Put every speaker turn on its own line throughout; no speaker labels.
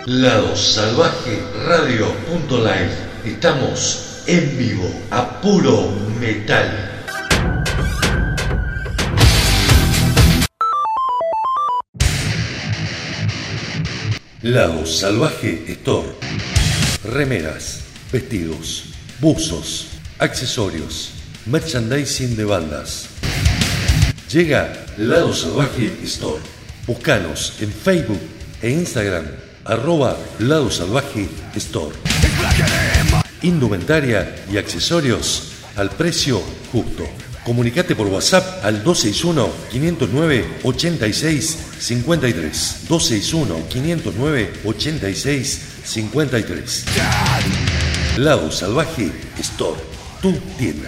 ladosalvajeradio.live. Estamos en vivo a puro metal. Lado Salvaje Store. Remeras, vestidos, buzos, accesorios, merchandising de bandas. Llega Lado Salvaje Store. Búscanos en Facebook e Instagram @Lado Salvaje Store. Indumentaria y accesorios al precio justo. Comunicate por WhatsApp al 261-509-8653. 261-509-8653. Lado Salvaje Store, tu tienda.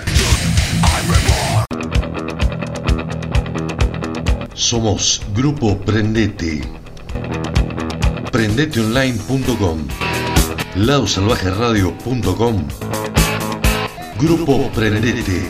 Somos Grupo Prendete. Prendeteonline.com, ladosalvajeradio.com. Grupo Prendete.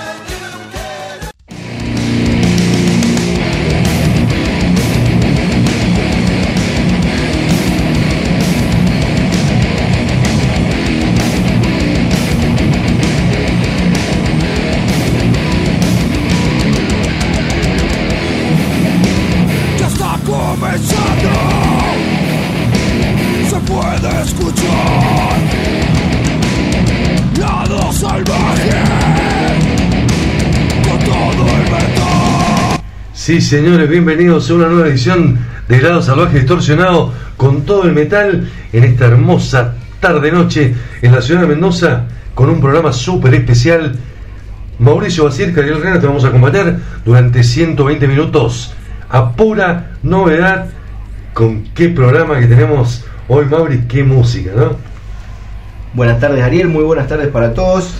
Sí, señores, bienvenidos a una nueva edición de Lado Salvaje Distorsionado con todo el metal en esta hermosa tarde-noche en la ciudad de Mendoza con un programa súper especial. Mauricio Bacirca y Ariel Rena te vamos a acompañar durante 120 minutos a pura novedad. ¿Con qué programa que tenemos hoy, Mauri? ¿Qué música, no?
Buenas tardes, Ariel, muy buenas tardes para todos.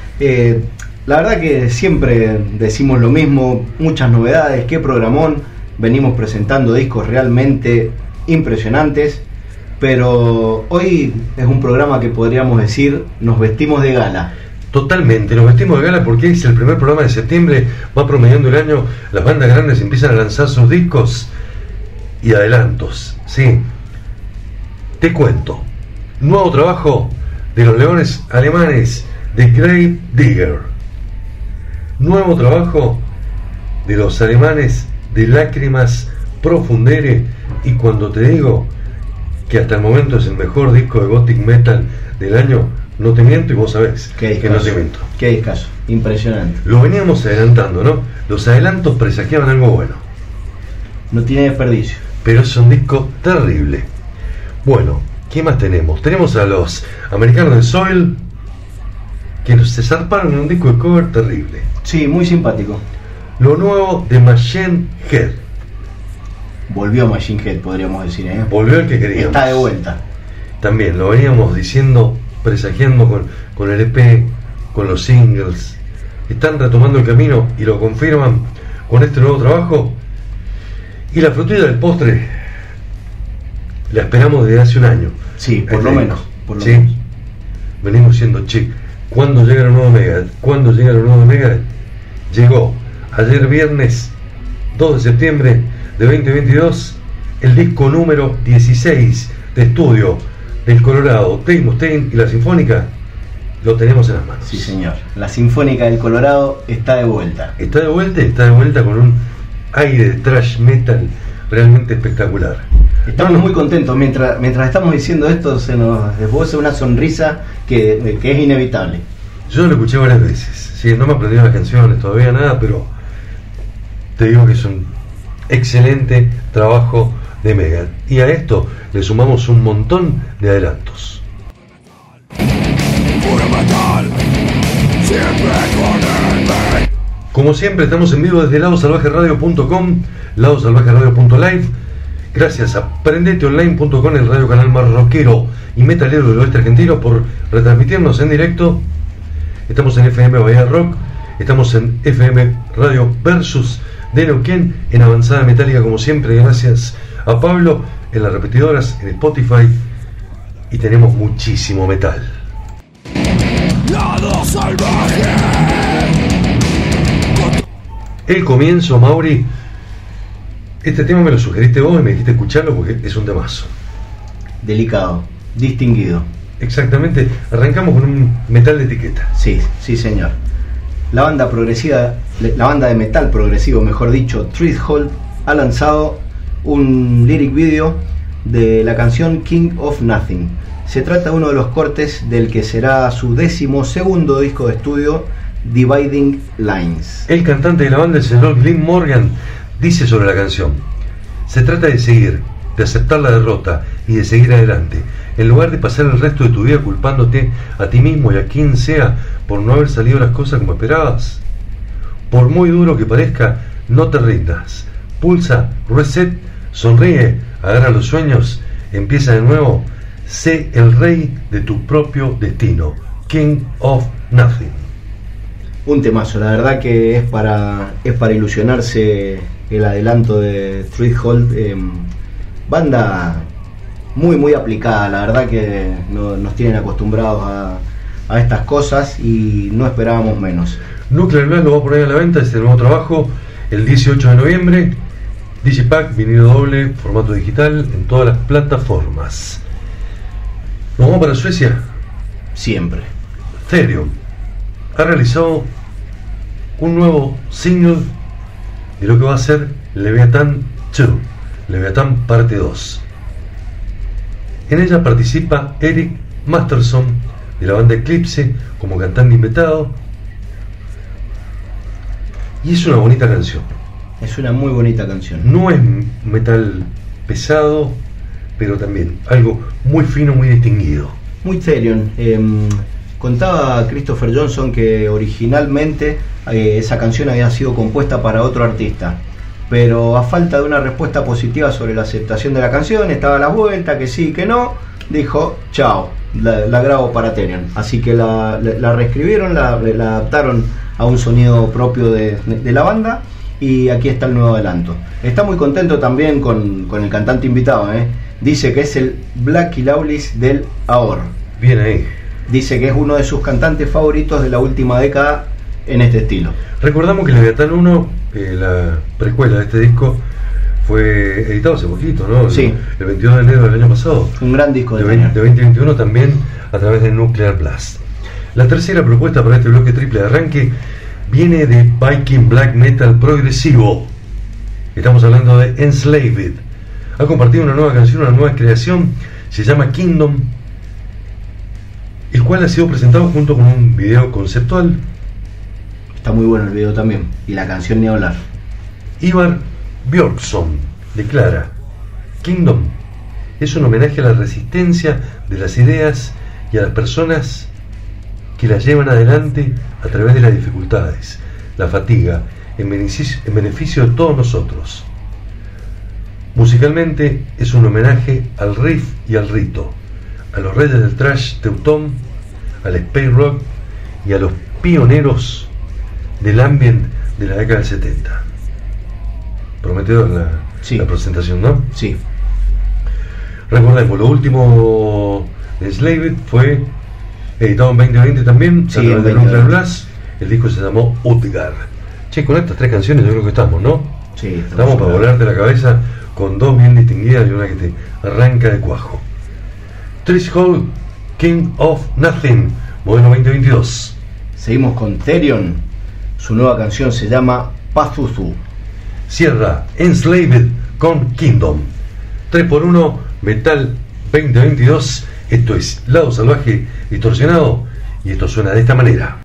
La verdad que siempre decimos lo mismo, muchas novedades, qué programón, venimos presentando discos realmente impresionantes, pero hoy es un programa que podríamos decir, nos vestimos de gala.
Totalmente, nos vestimos de gala porque es el primer programa de septiembre, va promediando el año, las bandas grandes empiezan a lanzar sus discos y adelantos, sí. Te cuento, nuevo trabajo de los leones alemanes de Grave Digger. Nuevo trabajo de los alemanes de Lágrimas Profundere, y cuando te digo que hasta el momento es el mejor disco de Gothic Metal del año, no te miento y vos sabés que no te miento.
Qué discazo, impresionante.
Lo veníamos adelantando, ¿no? Los adelantos presagiaban algo bueno.
No tiene desperdicio.
Pero es un disco terrible. Bueno, ¿qué más tenemos? Tenemos a los americanos de Soil, que se zarparon en un disco de cover terrible.
Sí, muy simpático.
Lo nuevo de Machine Head.
Volvió Machine Head, podríamos decir, ¿eh?
Volvió el que queríamos.
Está de vuelta.
También lo veníamos diciendo, presagiando con el EP, con los singles. Están retomando el camino y lo confirman con este nuevo trabajo. Y la frutilla del postre la esperamos desde hace un año.
Sí, por lo menos.
Venimos diciendo, che, ¿cuándo llega el nuevo Megadeth? ¿Cuándo llega el nuevo Megadeth? Llegó ayer viernes 2 de septiembre de 2022 el disco número 16 de estudio del Colorado, Dave Mustaine y la Sinfónica. Lo tenemos en las manos.
Sí, señor. La Sinfónica del Colorado está de vuelta.
Está de vuelta con un aire de thrash metal realmente espectacular.
Estamos muy contentos. Mientras estamos diciendo esto, se nos desboca una sonrisa que es inevitable.
Yo lo escuché varias veces. Sí, no me aprendí las canciones todavía nada, pero te digo que es un excelente trabajo de Megadeth. Y a esto le sumamos un montón de adelantos. Como siempre, estamos en vivo desde ladosalvajeradio.com, ladosalvajeradio.live. Gracias a prendeteonline.com, el radio canal más rockero y metalero del oeste argentino, por retransmitirnos en directo. Estamos en FM Bahía Rock, estamos en FM Radio Versus de Neuquén, en Avanzada Metálica como siempre, gracias a Pablo, en las repetidoras, en Spotify, y tenemos muchísimo metal. Lado Salvaje. El comienzo, Mauri. Este tema me lo sugeriste vos y me dijiste escucharlo porque es un temazo.
delicado, distinguido.
Exactamente, arrancamos con un metal de etiqueta.
Sí, sí señor. La banda de metal progresivo, mejor dicho, Threshold, ha lanzado un lyric video de la canción King of Nothing. Se trata de uno de los cortes del que será su 12º disco de estudio, Dividing Lines.
El cantante de la banda, el señor Glenn Morgan, dice sobre la canción: se trata de seguir, de aceptar la derrota y de seguir adelante, en lugar de pasar el resto de tu vida culpándote a ti mismo y a quien sea por no haber salido las cosas como esperabas. Por muy duro que parezca, no te rindas. Pulsa, reset, sonríe, agarra los sueños, empieza de nuevo. Sé el rey de tu propio destino. King of Nothing.
Un temazo, la verdad que es para ilusionarse el adelanto de Threshold. Banda muy aplicada, la verdad que nos tienen acostumbrados a estas cosas y no esperábamos menos.
Nuclear Blast lo va a poner a la venta, este nuevo trabajo, el 18 de noviembre. Digipack, vinilo doble, formato digital, en todas las plataformas. ¿Nos vamos para Suecia?
Siempre.
Therion ha realizado un nuevo single de lo que va a ser Leviathan 2, Leviathan parte 2. En ella participa Eric Masterson de la banda Eclipse como cantante invitado, y es una bonita canción.
Es una muy bonita canción.
No es metal pesado, pero también algo muy fino, muy distinguido.
Muy Therion. Contaba Christopher Johnson que originalmente esa canción había sido compuesta para otro artista, pero a falta de una respuesta positiva sobre la aceptación de la canción, estaba a la vuelta, que sí, que no, dijo, chao, la grabo para Therion. Así que la reescribieron, la adaptaron a un sonido propio de la banda, y aquí está el nuevo adelanto. Está muy contento también con el cantante invitado, dice que es el Blackie Lawless del AOR.
Bien ahí.
Dice que es uno de sus cantantes favoritos de la última década en este estilo.
Recordamos que Leviathan 1, la precuela de este disco, fue editado hace poquito, ¿no?
Sí.
El 22 de enero del año pasado.
Un gran disco
de 2021 también, a través de Nuclear Blast. La tercera propuesta para este bloque triple de arranque viene de Viking Black Metal progresivo. Estamos hablando de Enslaved. Ha compartido una nueva canción, una nueva creación, se llama Kingdom, el cual ha sido presentado junto con un video conceptual.
Está muy bueno el video también, y la canción ni hablar.
Ivar Björksson declara: Kingdom es un homenaje a la resistencia de las ideas y a las personas que las llevan adelante a través de las dificultades, la fatiga, en beneficio de todos nosotros. Musicalmente es un homenaje al riff y al rito, a los reyes del thrash teutón, al space rock y a los pioneros del ambient de la década del 70. Prometedor la presentación, ¿no?
Sí.
Recordemos, lo último de Enslaved fue editado en 2020 también,
sí,
a través de Nuclear Blast. El disco se llamó Utgar. Che, con estas tres canciones yo creo que estamos, ¿no?
Sí,
estamos para volarte la cabeza, con dos bien distinguidas y una que te arranca de cuajo. Threshold, King of Nothing, modelo 2022.
Seguimos con Therion. Su nueva canción se llama Pazuzu.
Cierra Enslaved con Kingdom. 3x1 Metal 2022. Esto es Lado Salvaje Distorsionado, y esto suena de esta manera.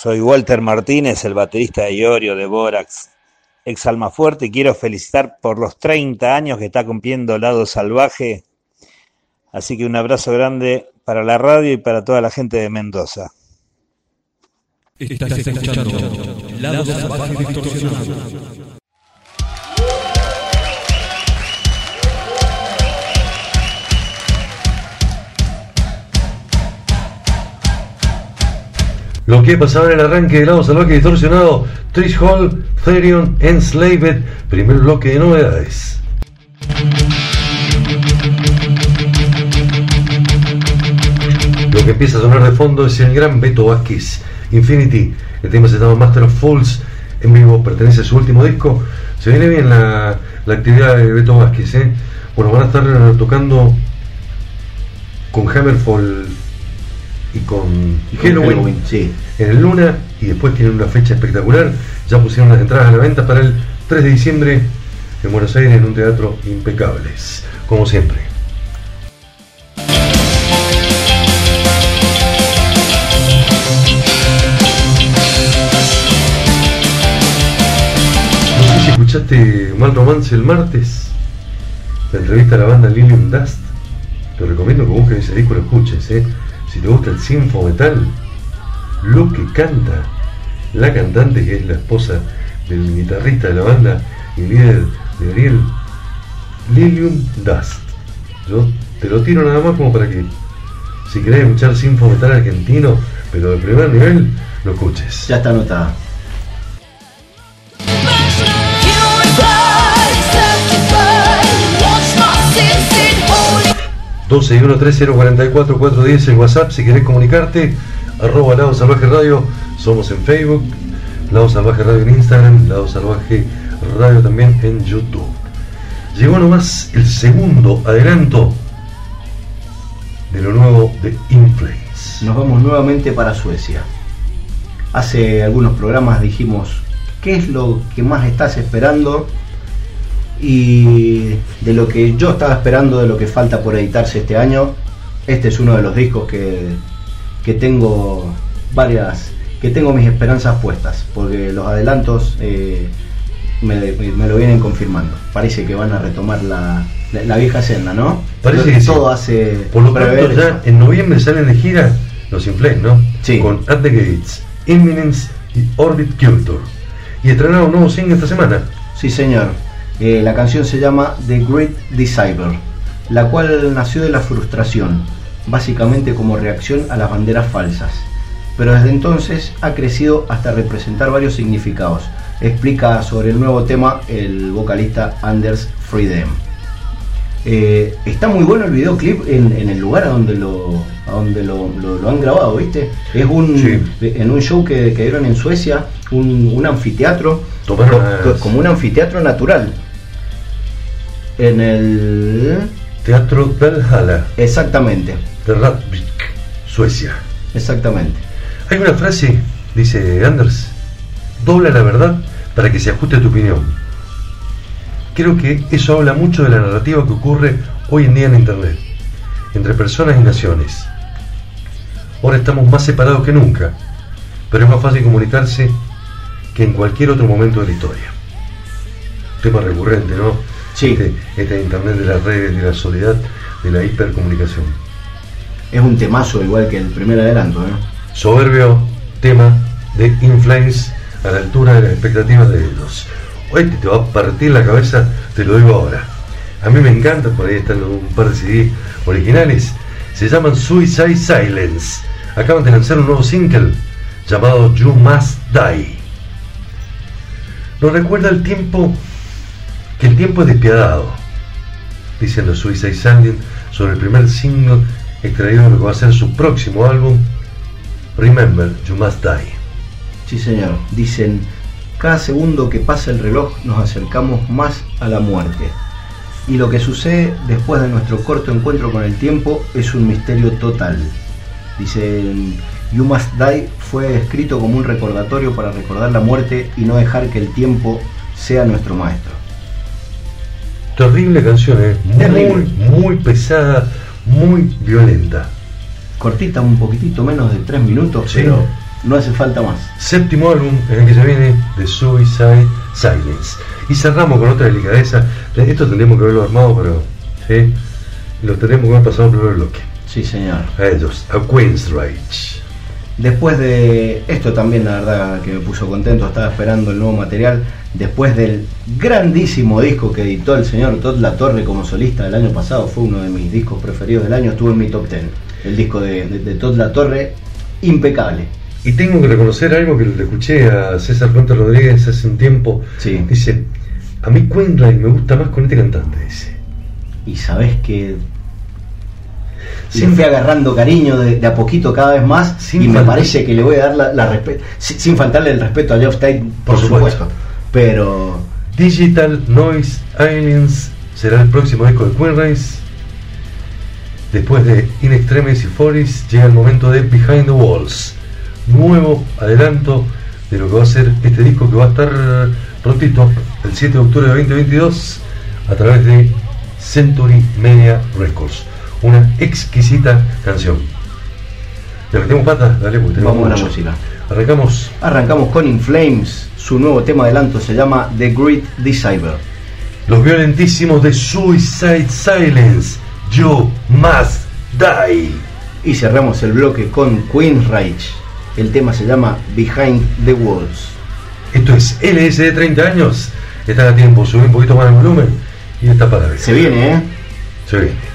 Soy Walter Martínez, el baterista de Iorio, de Borax, ex Almafuerte, y quiero felicitar por los 30 años que está cumpliendo Lado Salvaje. Así que un abrazo grande para la radio y para toda la gente de Mendoza.
Estás escuchando Lado Salvaje Distorsionado.
Lo que pasaba en el arranque de Lado Salvaje Distorsionado, Trish Hall, Therion, Enslaved, primer bloque de novedades. Lo que empieza a sonar de fondo es el gran Beto Vázquez, Infinity. El tema se llama Master of Fools, en vivo, pertenece a su último disco. Se viene bien la actividad de Beto Vázquez, ¿eh? Bueno, van a estar tocando con Hammerfall y con Helloween,
sí,
en el Luna, y después tienen una fecha espectacular. Ya pusieron las entradas a la venta para el 3 de diciembre en Buenos Aires, en un teatro impecables, como siempre. No sé si escuchaste Mal Romance el martes, la entrevista a la banda Lilium Dust. Te recomiendo que busques ese disco y lo escuches, ¿eh? Si te gusta el sinfo metal, lo que canta la cantante, que es la esposa del guitarrista de la banda y líder de Ariel, Lilium Dust. Yo te lo tiro nada más como para que, si querés escuchar sinfo metal argentino, pero de primer nivel, lo escuches.
Ya está anotada.
12-130-44-410 en WhatsApp si querés comunicarte, @ Lado Salvaje Radio, somos en Facebook, Lado Salvaje Radio en Instagram, Lado Salvaje Radio también en YouTube. Llegó nomás el segundo adelanto de lo nuevo de In Flames.
Nos vamos nuevamente para Suecia. Hace algunos programas dijimos qué es lo que más estás esperando, y de lo que yo estaba esperando, de lo que falta por editarse este año. Este es uno de los discos que tengo mis esperanzas puestas, porque los adelantos me lo vienen confirmando. Parece que van a retomar la vieja senda, ¿no?
Parece que
todo
sí.
hace
por lo pronto
prever
ya
eso.
en noviembre salen de gira los In Flames, ¿no?
Sí.
Con At the Gates, Imminence y Orbit Culture. Y estrenaron un nuevo single esta semana.
Sí, señor. La canción se llama The Great Deceiver, la cual nació de la frustración, básicamente como reacción a las banderas falsas, pero desde entonces ha crecido hasta representar varios significados. Explica sobre el nuevo tema el vocalista Anders Fridhem. Está muy bueno el videoclip en el lugar a donde lo han grabado, ¿viste? Es en un show que dieron en Suecia, un anfiteatro, como un anfiteatro natural. En el
Teatro Valhalla.
Exactamente.
De Ravik, Suecia.
Exactamente.
Hay una frase, dice Anders: dobla la verdad para que se ajuste a tu opinión. Creo que eso habla mucho de la narrativa que ocurre hoy en día en Internet, entre personas y naciones. Ahora estamos más separados que nunca, pero es más fácil comunicarse que en cualquier otro momento de la historia. Tema recurrente, ¿no?
Sí.
Este Internet de las redes, de la soledad, de la hipercomunicación.
Es un temazo igual que el primer adelanto, ¿eh?
Soberbio tema de In Flames, a la altura de las expectativas de ellos. Este te va a partir la cabeza, te lo digo ahora. A mí me encanta, por ahí están un par de CD originales. Se llaman Suicide Silence. Acaban de lanzar un nuevo single llamado You Must Die. Nos recuerda el tiempo, que el tiempo es despiadado, dicen los Suicide Silence sobre el primer single extraído de lo que va a ser su próximo álbum, Remember You Must Die.
Sí, señor. Dicen: cada segundo que pasa el reloj nos acercamos más a la muerte. Y lo que sucede después de nuestro corto encuentro con el tiempo es un misterio total. Dicen: You Must Die fue escrito como un recordatorio para recordar la muerte y no dejar que el tiempo sea nuestro maestro.
Terrible canción,
Terrible.
Muy pesada, muy violenta.
Cortita, un poquitito menos de 3 minutos,
Sí.
No hace falta más.
Séptimo álbum en el que se viene The Suicide Silence. Y cerramos con otra delicadeza. Esto tendríamos que haberlo armado, pero ¿sí? Lo tendríamos que haber pasado al primer bloque.
Sí, señor.
A ellos, a Queensrÿche.
Después de esto también, la verdad que me puso contento, estaba esperando el nuevo material. Después del grandísimo disco que editó el señor Todd La Torre como solista del año pasado, fue uno de mis discos preferidos del año, estuvo en mi top 10. El disco de Todd La Torre, impecable.
Y tengo que reconocer algo que le escuché a César Conte Rodríguez hace un tiempo.
Sí.
Dice, a mí Queensrÿche me gusta más con este cantante, dice.
Y sabés que
Sí,
le fui agarrando cariño de a poquito cada vez más,
sin
y me
falta.
parece que le voy a dar la respeto, sin faltarle el respeto a Geoff Tate, por supuesto. Pero
Digital Noise Aliens será el próximo disco de Queensrÿche. Después de In Extremis y Forest llega el momento de Behind the Walls, nuevo adelanto de lo que va a ser este disco, que va a estar prontito el 7 de octubre de 2022 a través de Century Media Records. Una exquisita canción. ¿Le metemos patas? Dale, porque tenemos
vamos a la
mucho.
música.
Arrancamos
con In Flames, su nuevo tema adelanto se llama The Great Deceiver.
los violentísimos de Suicide Silence, You Must Die.
Y cerramos el bloque con Queensrÿche, el tema se llama Behind the Walls.
Esto es LSD 30 años. Están a tiempo, subí un poquito más el volumen y está para ver.
Se viene,
Se viene.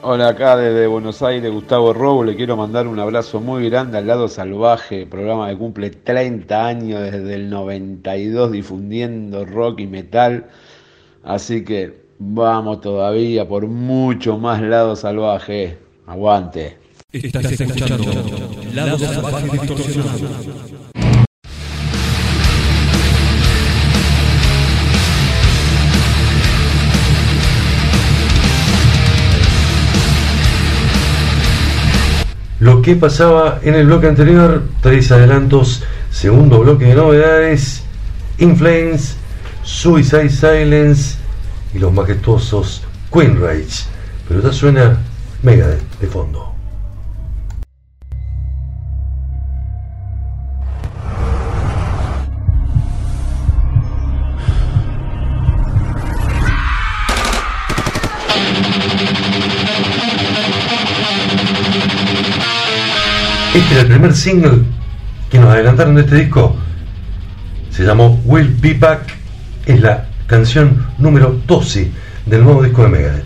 Hola, acá desde Buenos Aires, Gustavo Robo. Le quiero mandar un abrazo muy grande al Lado Salvaje, programa que cumple 30 años desde el 92 difundiendo rock y metal. Así que vamos todavía por mucho más Lado Salvaje. Aguante.
Estás escuchando Lado Salvaje Distorsionado.
Lo que pasaba en el bloque anterior, 3 adelantos, segundo bloque de novedades, In Flames, Suicide Silence y los majestuosos Queen Rage. Pero ya suena Megadeth de fondo. Este era el primer single que nos adelantaron de este disco. Se llamó Will Be Back. Es la canción número 12 del nuevo disco de Megadeth.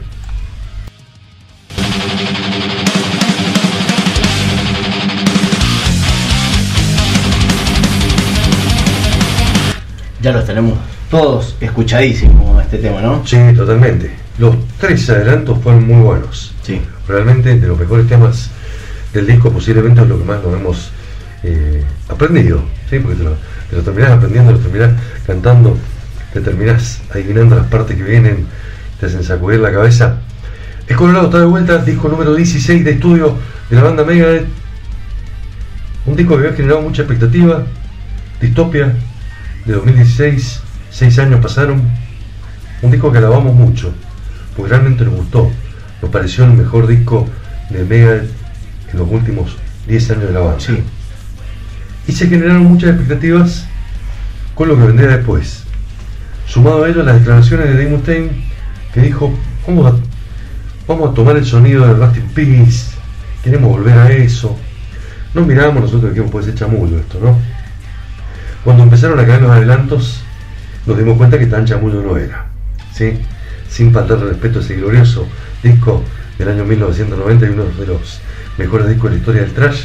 Ya los tenemos todos escuchadísimos este tema, ¿no?
Sí, totalmente. Los 3 adelantos fueron muy buenos.
Sí.
Realmente de los mejores temas del disco, posiblemente es lo que más nos hemos aprendido, ¿sí? Porque te lo terminás aprendiendo, lo terminás cantando, te terminás adivinando las partes que vienen, te hacen sacudir la cabeza. El Colorado está de vuelta, disco número 16 de estudio de la banda Megadeth. Un disco que había generado mucha expectativa. Dystopia de 2016, 6 años pasaron. Un disco que alabamos mucho, porque realmente nos gustó. Nos pareció el mejor disco de Megadeth en los últimos 10 años de la banda.
Sí.
Y se generaron muchas expectativas con lo que vendría después. Sumado a ello las declaraciones de Dave Mustaine, que dijo: vamos a tomar el sonido de Rust in Peace, queremos volver a eso. Nos miramos nosotros que puede ser chamullo esto, ¿no? Cuando empezaron a caer los adelantos, nos dimos cuenta que tan chamullo no era, ¿sí? Sin faltar el respeto a ese glorioso disco del año 1990 y uno de los mejores discos de la historia del thrash.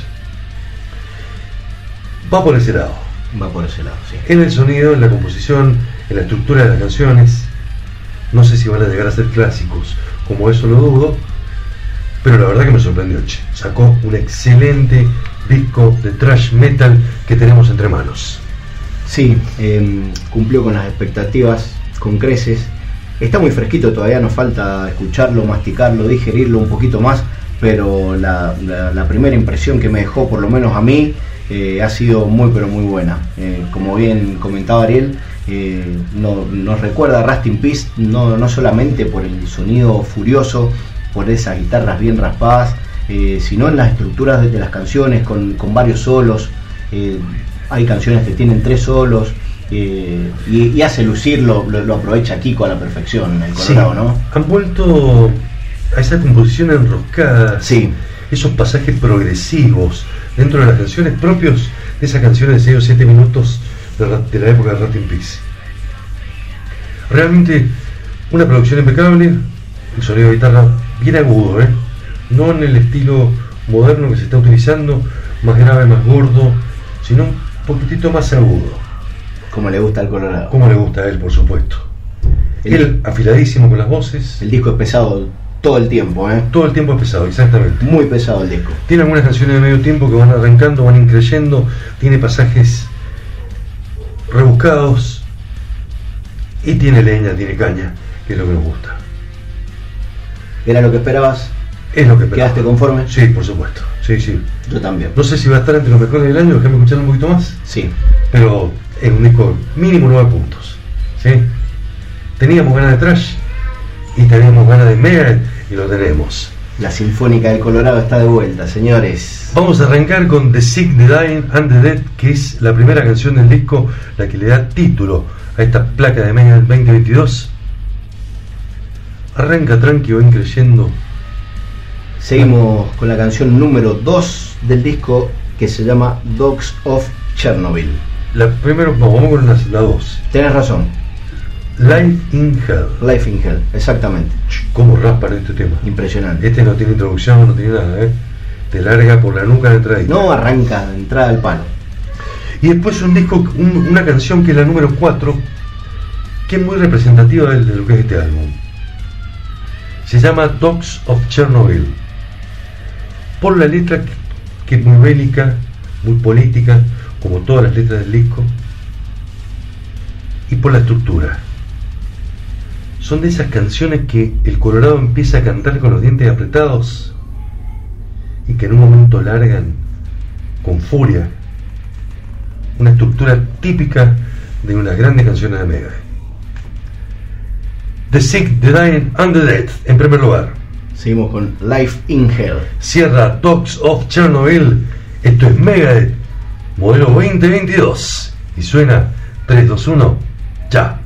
Va por ese lado.
Va por ese lado, sí.
En el sonido, en la composición, en la estructura de las canciones. No sé si van a llegar a ser clásicos, como eso lo dudo, pero la verdad que me sorprendió, che. Sacó un excelente disco de thrash metal que tenemos entre manos.
Sí, cumplió con las expectativas con creces. Está muy fresquito, todavía nos falta escucharlo, masticarlo, digerirlo un poquito más, pero la primera impresión que me dejó, por lo menos a mí, ha sido muy pero muy buena. Como bien comentaba Ariel, nos recuerda a Rust in Peace, no solamente por el sonido furioso, por esas guitarras bien raspadas, sino en las estructuras de las canciones con varios solos. Hay canciones que tienen 3 solos, y hace lucir, lo aprovecha Kiko a la perfección, el Colorado, sí, ¿no?
Han vuelto a esa composición enroscada,
sí,
esos pasajes progresivos dentro de las canciones propios de esas canciones de 6 o 7 minutos de la época de Rust in Peace. Realmente una producción impecable, el sonido de guitarra bien agudo, no en el estilo moderno que se está utilizando, más grave, más gordo, sino un poquitito más agudo.
Como le gusta al Colorado.
Como le gusta a él, por supuesto. Él afiladísimo con las voces.
El disco es pesado todo el tiempo,
Todo el tiempo es pesado, exactamente.
Muy pesado el disco.
Tiene algunas canciones de medio tiempo que van arrancando, van increyendo, tiene pasajes rebuscados y tiene leña, tiene caña, que es lo que nos gusta.
¿Era lo que esperabas?
Es lo que esperaba.
¿Quedaste conforme?
Sí, por supuesto. Sí, sí.
Yo también.
No sé si va a estar entre los mejores del año, déjame escuchar un poquito más.
Sí.
Pero es un disco mínimo 9 puntos. ¿Sí? Teníamos ganas de thrash y teníamos ganas de Megadeth y lo tenemos.
La Sinfónica del Colorado está de vuelta, señores.
Vamos a arrancar con The Sick, The Dying and The Dead, que es la primera canción del disco, la que le da título a esta placa de Megadeth 2022. Arranca tranqui, va increyendo.
Seguimos con la canción número 2 del disco, que se llama Dogs of Chernobyl.
Vamos con la 2.
Tenés razón.
Life in Hell.
Life in Hell, exactamente.
¿Cómo raspan este tema?
Impresionante.
Este no tiene introducción, no tiene nada, ¿eh? Te larga por la nuca de entrada.
No arranca de entrada al palo.
Y después un disco, una canción que es la número 4, que es muy representativa de lo que es este álbum. Se llama Dogs of Chernobyl. Por la letra que es muy bélica, muy política, como todas las letras del disco, y por la estructura. Son de esas canciones que el Colorado empieza a cantar con los dientes apretados y que en un momento largan con furia. Una estructura típica de unas grandes canciones de Megadeth. The Sick, The Dying and The Dead, en primer lugar.
Seguimos con Life in Hell.
Cierra Dogs of Chernobyl. Esto es Megadeth, modelo 2022. Y suena 3, 2, 1, ya.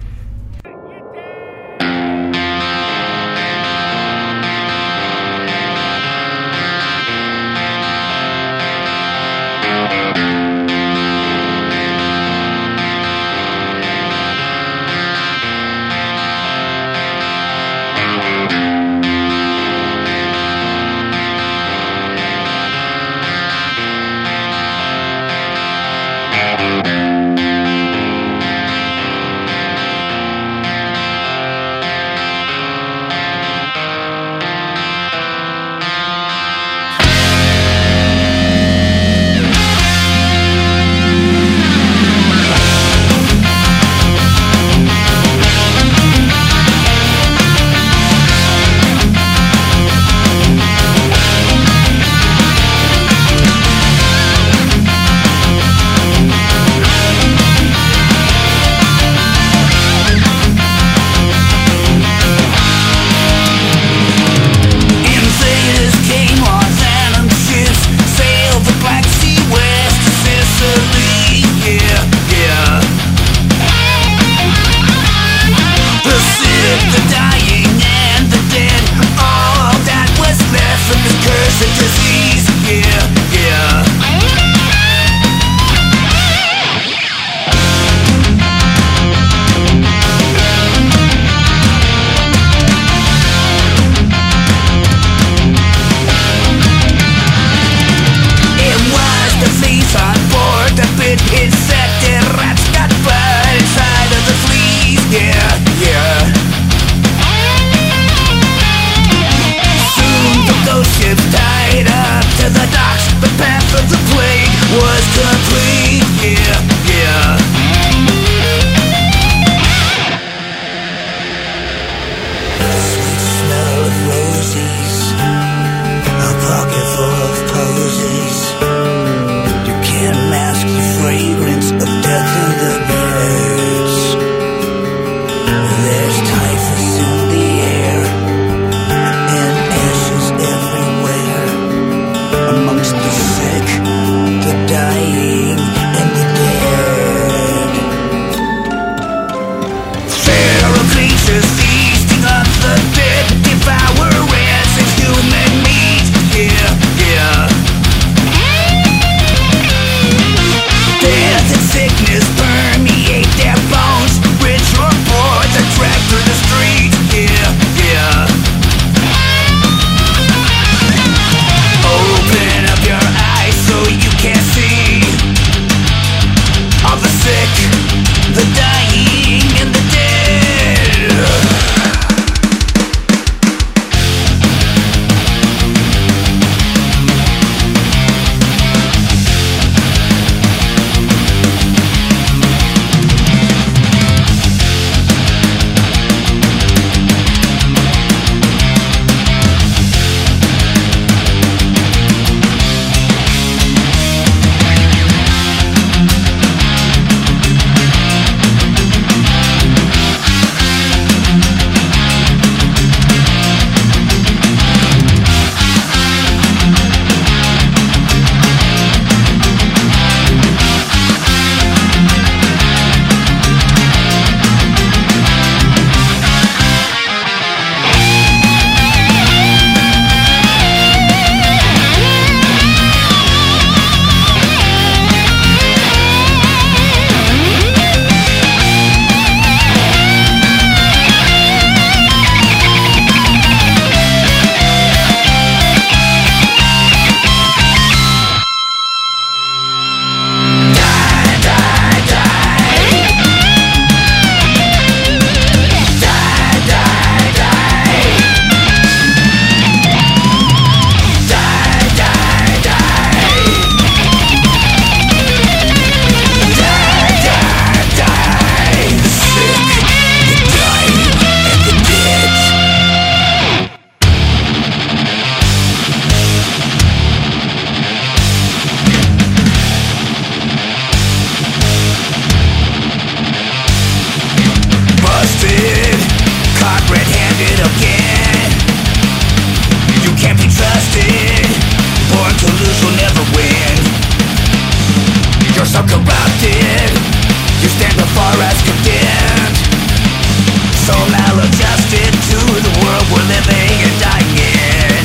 it again. You can't be trusted. Born to lose, you'll never win. You're so corrupted. You stand before us condemned. So maladjusted to the world we're living and dying in.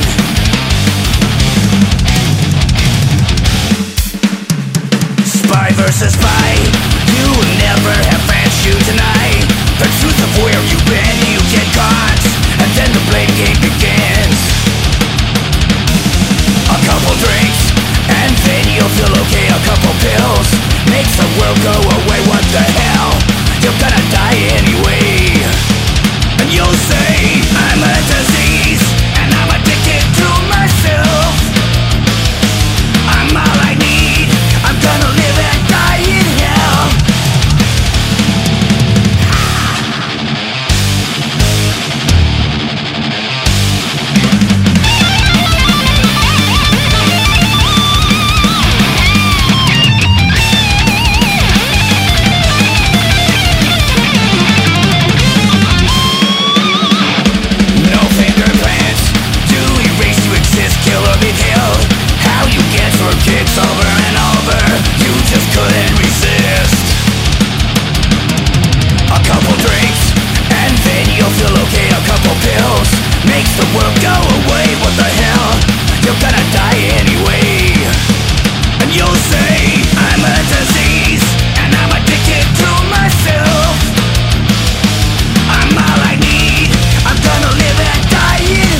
Spy versus spy, you will never have fans you tonight. The truth of where you've been, you get caught, and then the blame game begins. A couple drinks, and then you'll feel okay. A couple pills makes the world go away. What the hell? You're gonna die anyway. And you'll say, I'm a disease, and I'm addicted to myself. I'm all I need, I'm gonna live and die in hell. Kicks over and over, you just couldn't resist. A couple drinks, and then you'll feel okay. A couple pills makes the world go away. What the hell? You're gonna die anyway. And you'll say, I'm a disease, and I'm addicted to myself. I'm all I need, I'm gonna live and die in.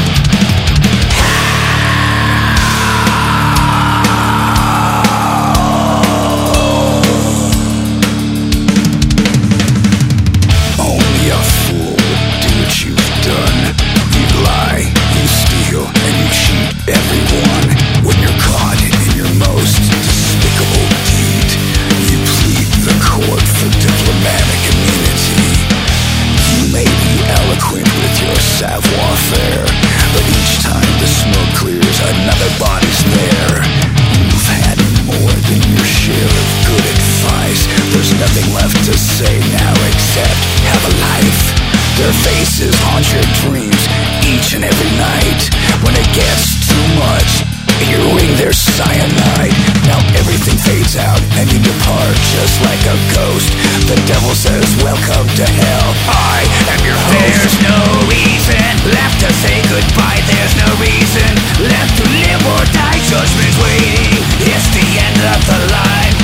Everyone, when you're caught in your most despicable deed, you plead the court for diplomatic immunity. You may be eloquent with your savoir-faire, but each time the smoke clears, another body's there. You've had more than your share of good advice. There's nothing left to say now except have a life. Their faces haunt your dreams each and every night. When it gets too much, in your ring there's cyanide. Now everything fades out and you depart just like a ghost. The devil says welcome to hell, I am your host. There's no reason left to say goodbye. There's no reason left to live or die. Judgment's waiting, it's the end of the line.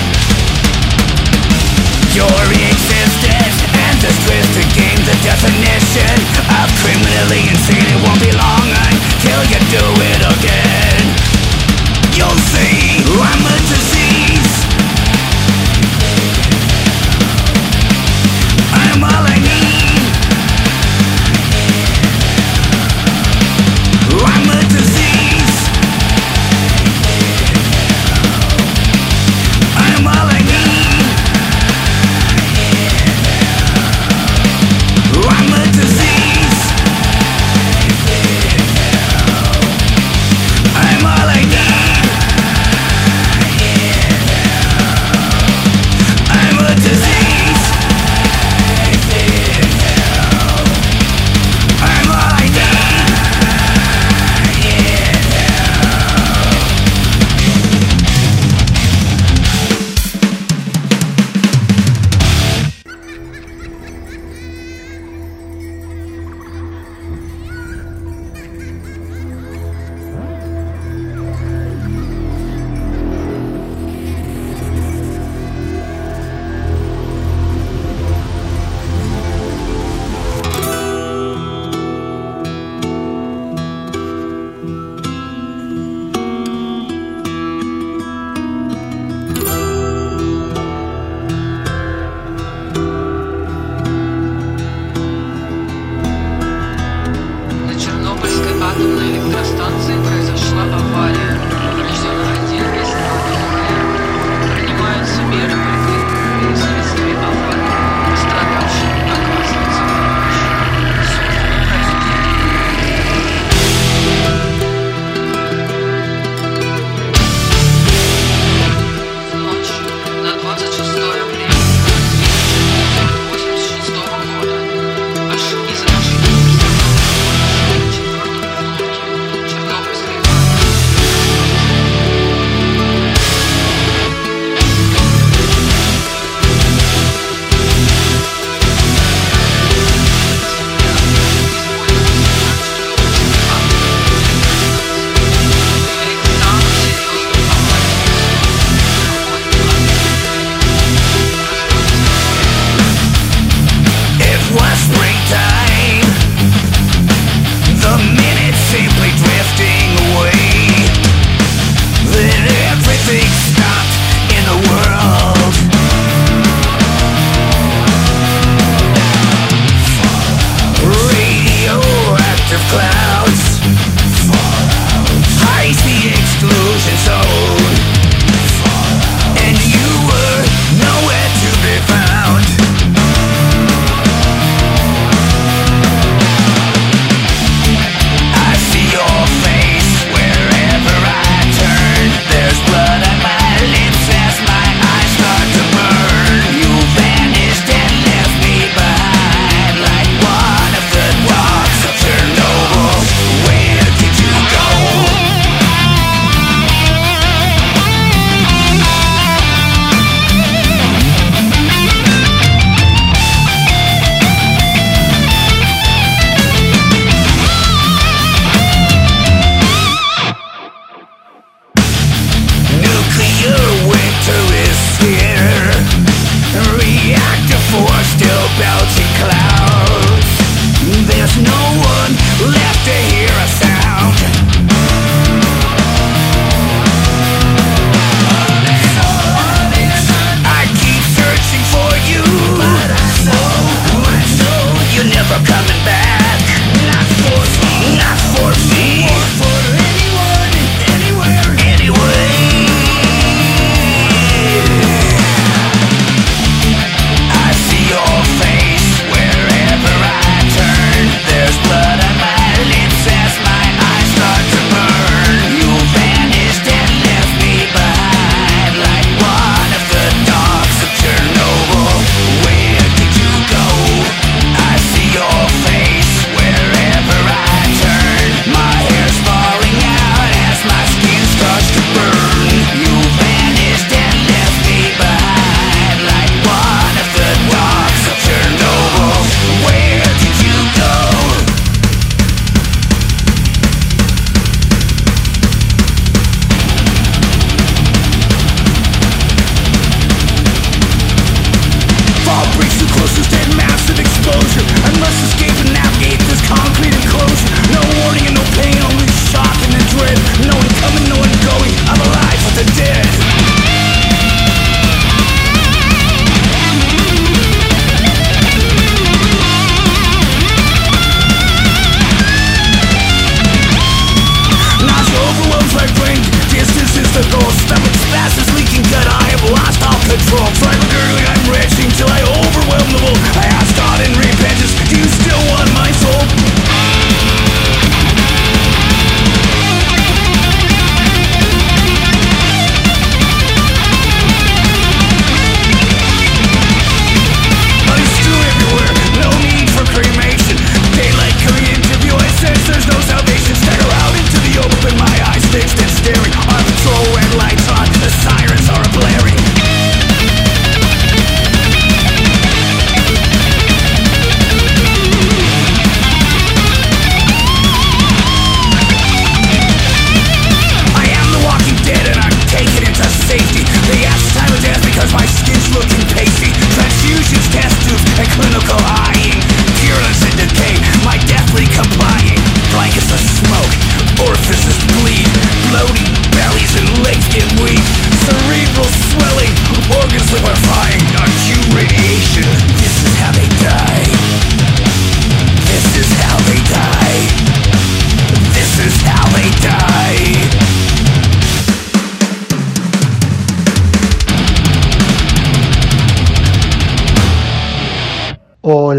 Your existence and this twisted game, the definition of criminally insane. It won't be long until you do it again. You'll see I'm a disease. I'm all I need.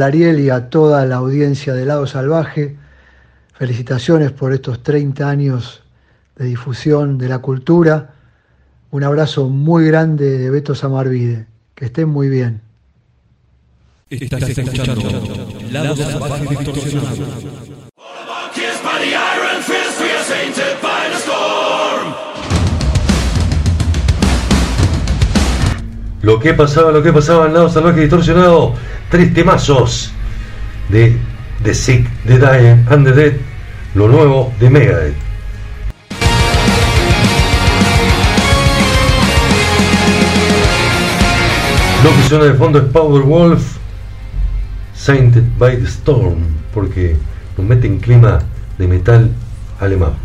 Ariel y a toda la audiencia de Lado Salvaje. Felicitaciones por estos 30 años de difusión de la cultura. Un abrazo muy grande de Beto Samarvide. Que estén muy bien.
Estás escuchando Lado Salvaje Distorsionado.
Lo que pasaba en Lado Salvaje Distorsionado. 3 temazos de The Sick, The Dying and The Dead. Lo nuevo de Megadeth. Lo que suena de fondo es Powerwolf, Sainted by the Storm, porque nos mete en clima de metal alemán.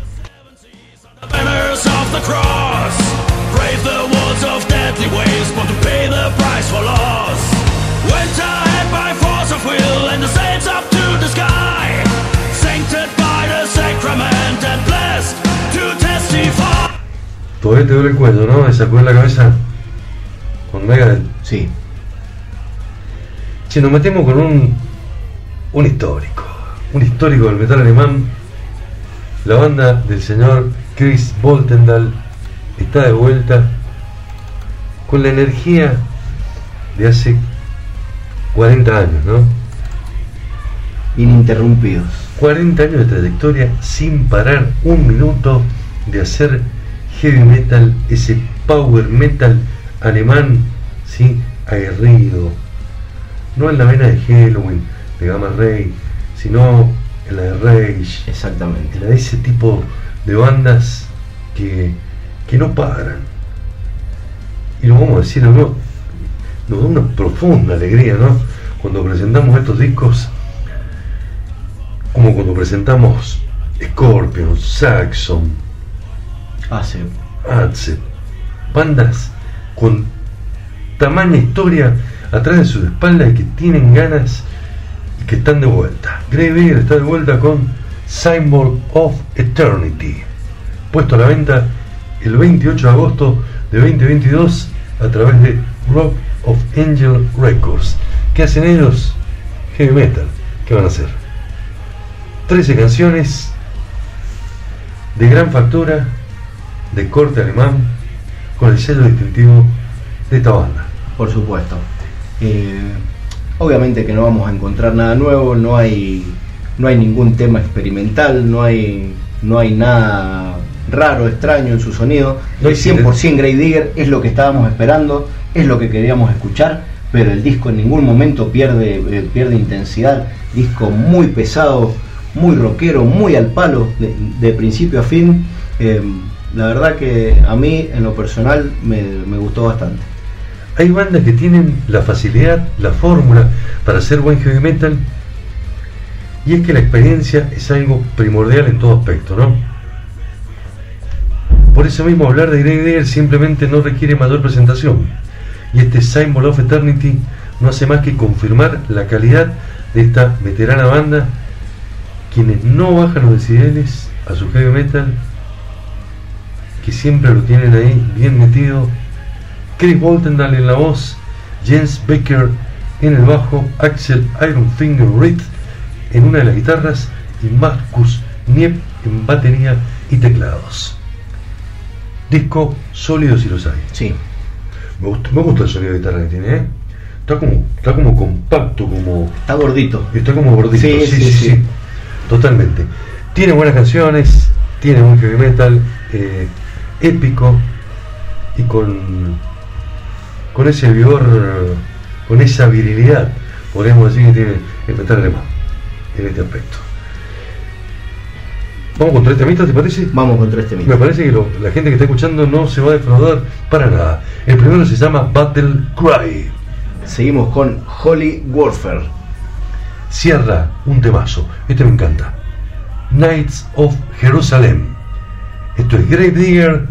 Todavía te duele el cuello, ¿no? ¿Me sacó en la cabeza? Con Megadeth.
Sí.
Si nos metemos con un histórico del metal alemán, la banda del señor Chris Boltendahl está de vuelta con la energía de hace 40 años, ¿no?
Ininterrumpidos.
40 años de trayectoria sin parar un minuto de hacer heavy metal, ese power metal alemán, sí, aguerrido, no en la vena de Helloween, de Gamma Ray, sino en la de Rage,
exactamente,
en la de ese tipo de bandas que no paran. Y lo vamos a decir, ¿no? Nos da una profunda alegría, ¿no? Cuando presentamos estos discos, como cuando presentamos Scorpion, Saxon, Accept, bandas con tamaña historia atrás de su espalda y que tienen ganas y que están de vuelta. Gravedigger está de vuelta con Symbol of Eternity, puesto a la venta el 28 de agosto de 2022 a través de Rock of Angel Records. ¿Qué hacen ellos? Heavy metal. ¿Qué van a hacer? 13 canciones de gran factura, de corte alemán, con el sello distintivo de esta banda.
Por supuesto. Obviamente que no vamos a encontrar nada nuevo, no hay ningún tema experimental, no hay nada raro, extraño en su sonido.
No hay
100% Gravedigger, es lo que estábamos esperando, es lo que queríamos escuchar, pero el disco en ningún momento pierde intensidad. Disco muy pesado, muy rockero, muy al palo, de principio a fin. La verdad que a mí, en lo personal, me gustó bastante.
Hay bandas que tienen la facilidad, la fórmula para hacer buen heavy metal, y es que la experiencia es algo primordial en todo aspecto, ¿no? Por eso mismo hablar de Gravedigger simplemente no requiere mayor presentación, y este Symbol of Eternity no hace más que confirmar la calidad de esta veterana banda, quienes no bajan los decibeles a su heavy metal, que siempre lo tienen ahí bien metido. Chris Boltendahl en la voz, Jens Becker en el bajo, Axel Ironfinger Reed en una de las guitarras y Markus Niep en batería y teclados. Disco sólido si los hay.
Sí.
Me gusta el sonido de guitarra que tiene, ¿eh? Está como compacto,
está gordito.
Está como gordito, sí. Totalmente. Tiene buenas canciones, tiene buen heavy metal, épico, y con ese vigor, con esa virilidad, podemos decir que tiene el metal alemán en este aspecto. ¿Vamos con 3 temitas, te parece?
Vamos con 3 temitas.
Me parece que la gente que está escuchando no se va a defraudar para nada. El primero se llama Battle Cry.
Seguimos con Holy Warfare.
Cierra un temazo, este me encanta, Knights of Jerusalem. Esto es Gravedigger.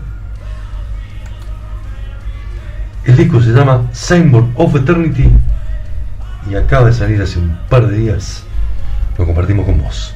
El disco se llama Symbol of Eternity y acaba de salir hace un par de días. Lo compartimos con vos.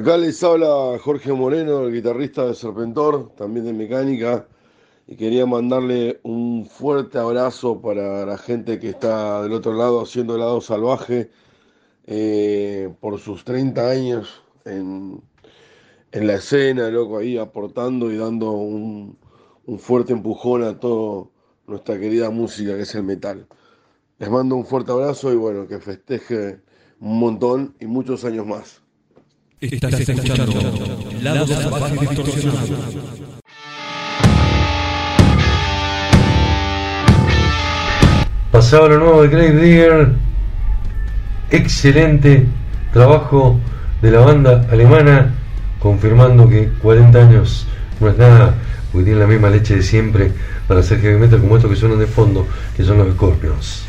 Acá les habla Jorge Moreno, el guitarrista de Serpentor, también de Mecánica, y quería mandarle un fuerte abrazo para la gente que está del otro lado haciendo Lado Salvaje por sus 30 años en la escena, loco, ahí aportando y dando un fuerte empujón a toda nuestra querida música que es el metal. Les mando un fuerte abrazo y bueno, que festeje un montón y muchos años más.
Estás escuchando Lado Salvaje Distorsionado.
Pasaba lo nuevo de Grave Digger. Excelente trabajo de la banda alemana, confirmando que 40 años no es nada, porque tienen la misma leche de siempre para hacer heavy metal como estos que suenan de fondo, que son los Scorpions.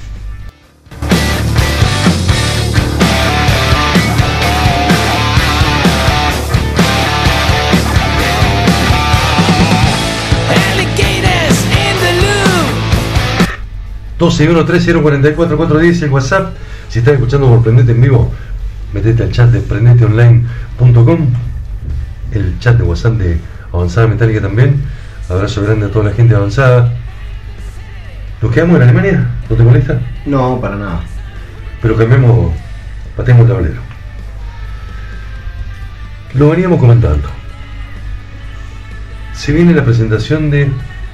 Loop.
1213044410 el WhatsApp. Si estás escuchando por Prendete en vivo, metete al chat de prendeteonline.com, el chat de WhatsApp de Avanzada Metálica también. Abrazo grande a toda la gente de Avanzada. ¿Nos quedamos en Alemania? ¿No te molesta?
No, para nada.
Pero cambiamos, pateamos el tablero. Lo veníamos comentando. Se viene la presentación de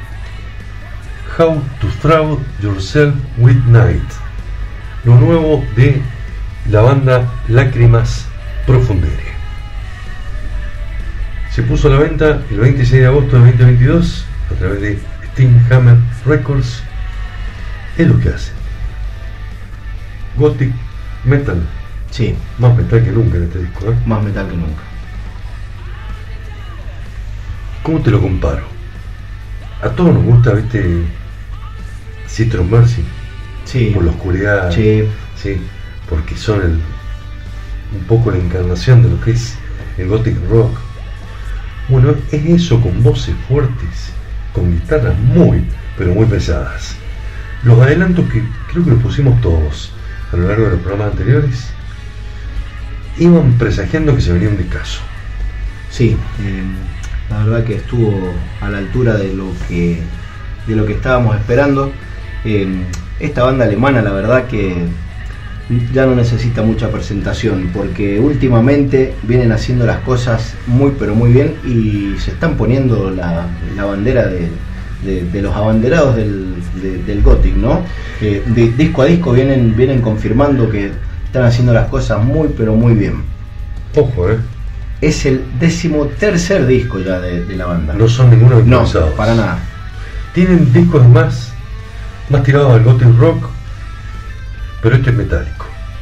How to Shroud Yourself with Night, lo nuevo de la banda Lágrimas Profundere. Se puso a la venta el 26 de agosto de 2022 a través de Steamhammer Records. Es lo que hace Gothic Metal.
Sí.
Más metal que nunca en este disco, ¿eh?
Más metal que nunca.
¿Cómo te lo comparo? A todos nos gusta, ¿viste? Sister of Mercy.
Sí.
Por la oscuridad.
Sí.
Sí, porque son un poco la encarnación de lo que es el Gothic Rock. Bueno, es eso, con voces fuertes, con guitarras muy, pero muy pesadas. Los adelantos que creo que los pusimos todos a lo largo de los programas anteriores iban presagiando que se venía un discazo.
Sí, la verdad que estuvo a la altura de lo que estábamos esperando. Esta banda alemana, la verdad que ya no necesita mucha presentación, porque últimamente vienen haciendo las cosas muy pero muy bien y se están poniendo la bandera de los abanderados del Gothic, ¿no? De disco a disco vienen confirmando que están haciendo las cosas muy pero muy bien.
Ojo,
Es el 13º disco ya de la banda.
No son ninguno improvisados.
No, para nada.
Tienen discos más tirados al Gothic Rock, pero este es metálico.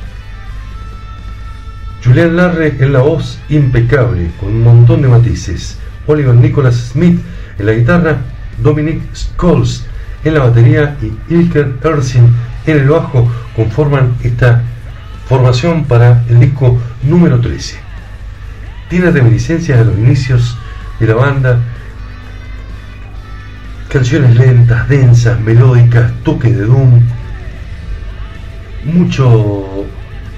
Julian Larre en la voz, impecable, con un montón de matices. Oliver Nicholas Smith en la guitarra, Dominic Scholes en la batería y Ilker Ersin en el bajo conforman esta formación para el disco número 13. Tiene reminiscencias de los inicios de la banda, canciones lentas, densas, melódicas, toques de doom, mucho.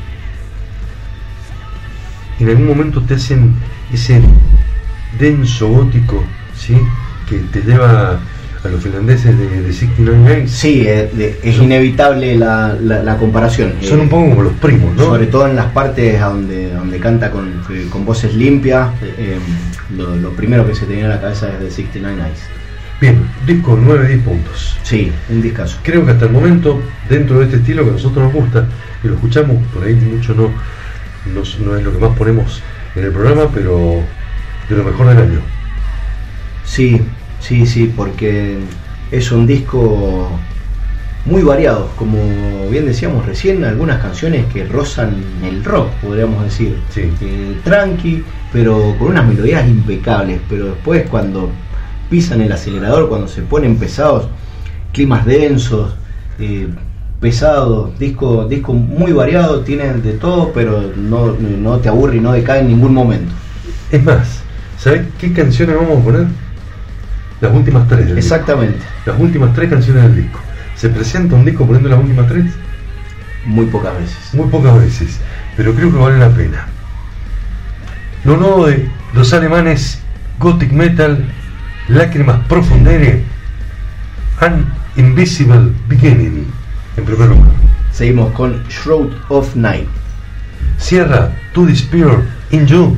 En algún momento te hacen ese denso gótico, ¿sí? Que te lleva a los finlandeses de 69 Days.
Sí, es inevitable la comparación.
Son un poco como los primos, ¿no?
Sobre todo en las partes donde canta con voces limpias. Lo primero que se tenía en la cabeza es de 69 Days.
Bien, disco 9-10 puntos.
Sí, un discazo.
Creo que hasta el momento, dentro de este estilo que a nosotros nos gusta, y lo escuchamos, por ahí mucho no es lo que más ponemos en el programa, pero de lo mejor del año.
Sí, porque es un disco muy variado, como bien decíamos recién, algunas canciones que rozan el rock, podríamos decir.
Sí.
Tranqui, pero con unas melodías impecables, pero después cuando pisan el acelerador, cuando se ponen pesados, climas densos, pesados, disco muy variado, tienen de todo, pero no te aburre y no decae en ningún momento.
Es más, ¿sabes qué canciones vamos a poner? Las últimas 3 del
Exactamente.
disco. Las últimas 3 canciones del disco. ¿Se presenta un disco poniendo las últimas 3?
Muy pocas veces.
Muy pocas veces, pero creo que vale la pena. lo nuevo de los alemanes Gothic Metal, Lágrimas Profundere, An Invisible Beginning, en primer lugar.
Seguimos con Shroud of Night.
Cierra To Despair in You,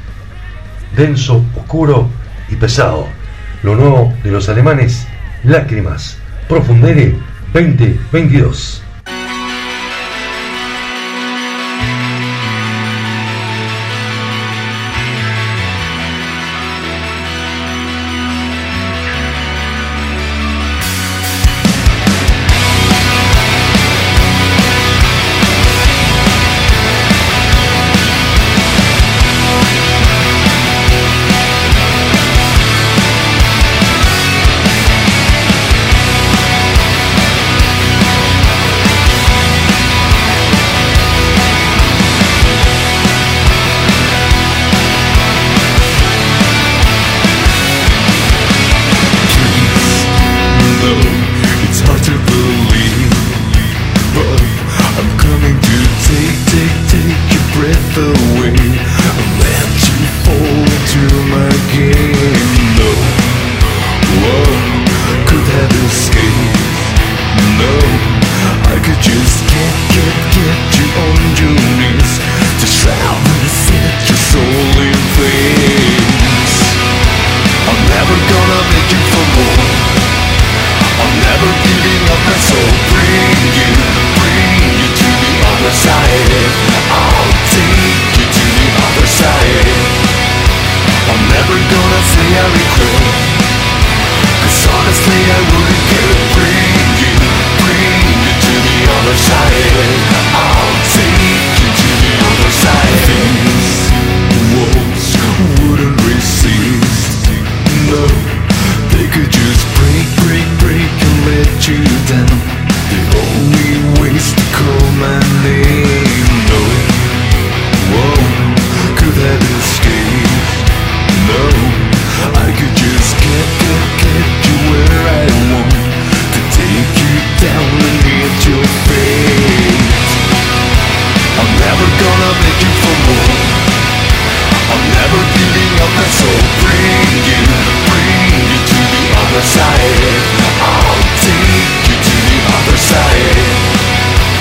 denso, oscuro y pesado, lo nuevo de los alemanes Lágrimas Profundere 2022.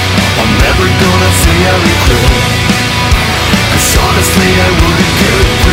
Honestly, I wouldn't care.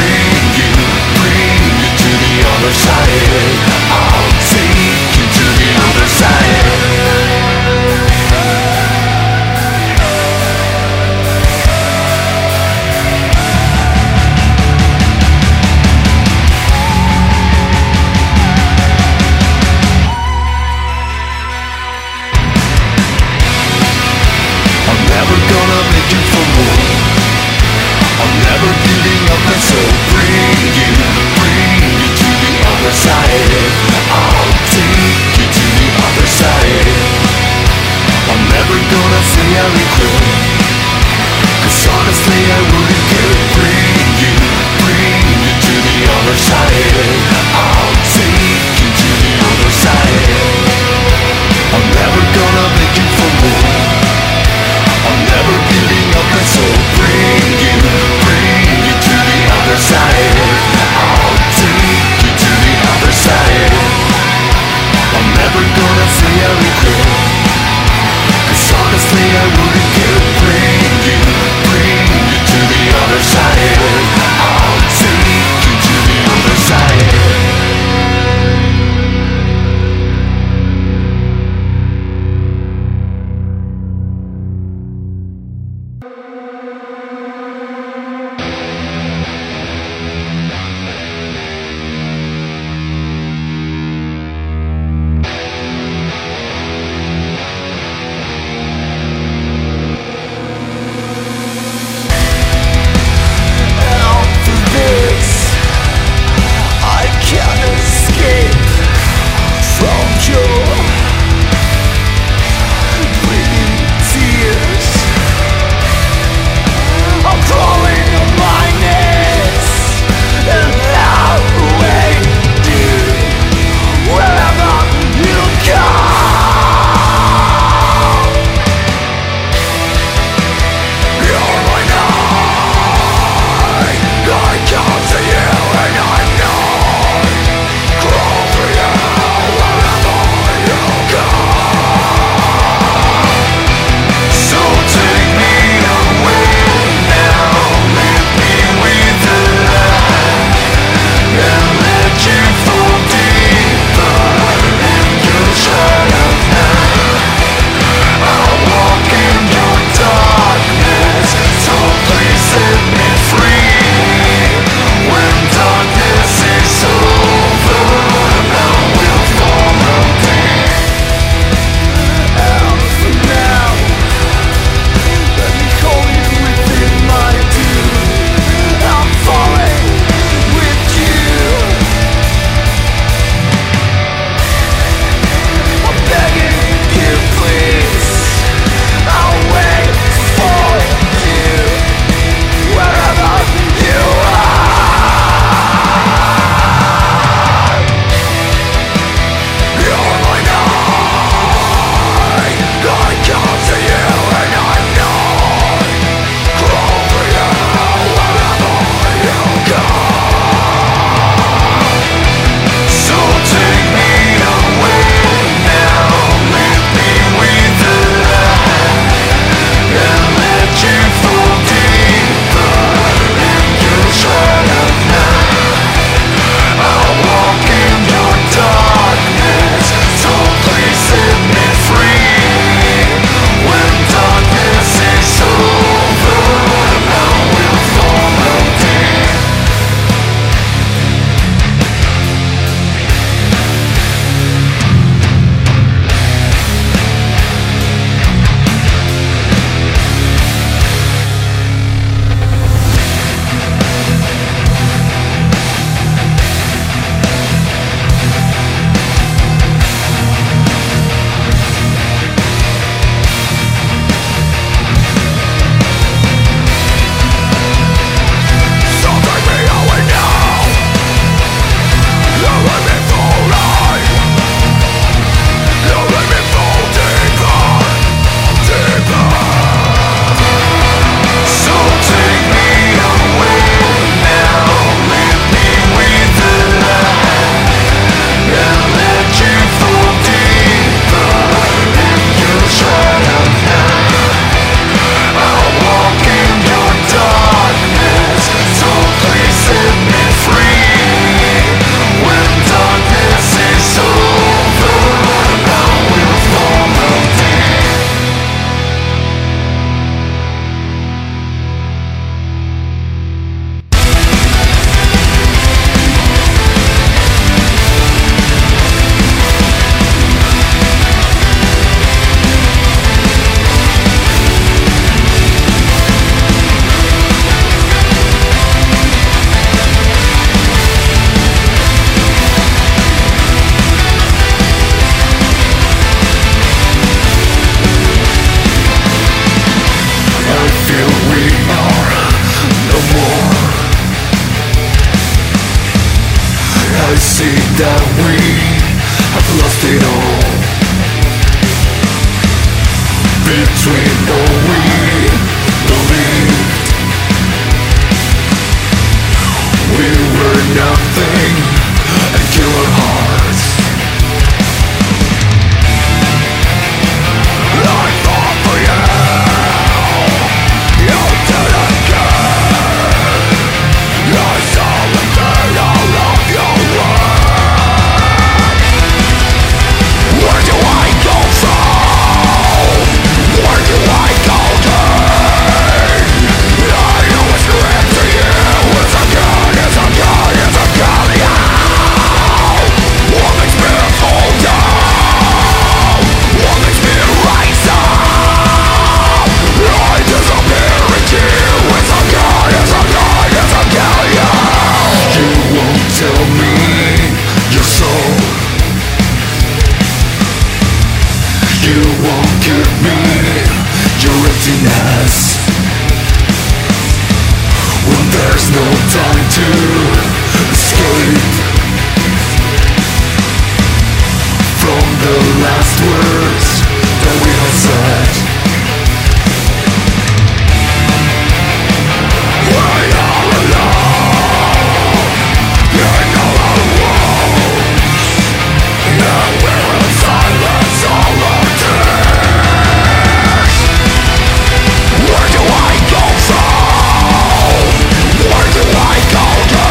I see that we have lost it all. Between all we believed, we were nothing and kill our hearts. I fought for you, you didn't care. I saw the dirt all of your work. Where do I go from? Where do I go to? I know it's ripped to you. It's a gun, it's a gun, it's a gun, yeah. What makes me fall down? What makes me rise up? I disappear into you. It's a gun, it's a gun, it's a gun, yeah. You won't tell me your soul. You won't give me your emptiness. When there's no time to escape from the last words that we have said. We are alone in our walls. Now we're in silence all our tears. Where do I go from? Where do I go to?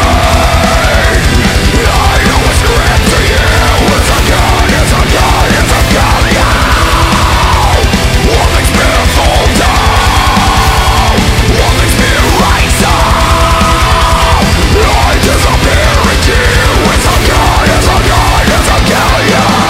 I know it's ripped to you. It's a gun, it's a gun, it's a gun, yeah. What makes me fall down? What makes me rise up? I disappear into you. It's a gun, it's a gun, it's a gun, yeah.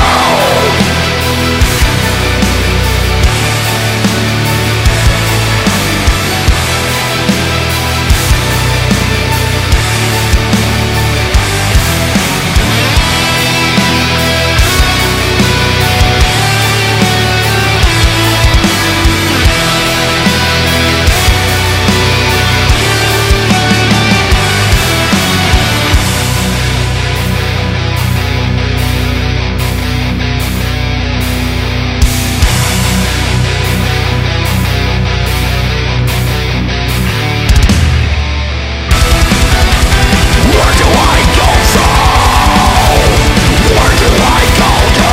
Where do I go from? Where do I go to?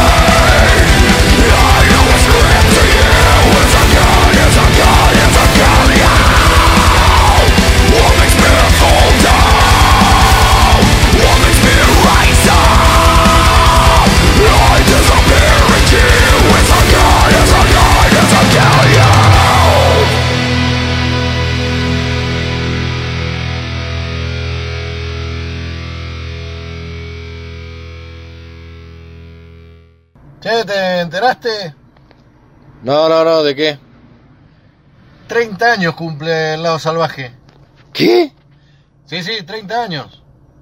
I know it's ripped to you. It's a gun, it's a gun, it's a gun, yeah. What makes me fall down? What makes me rise up? I disappear into you. It's a gun, it's a gun, it's a gun, yeah.
Che, ¿te enteraste?
No, ¿de qué?
30 años cumple el Lado Salvaje.
¿Qué?
Sí, 30 años.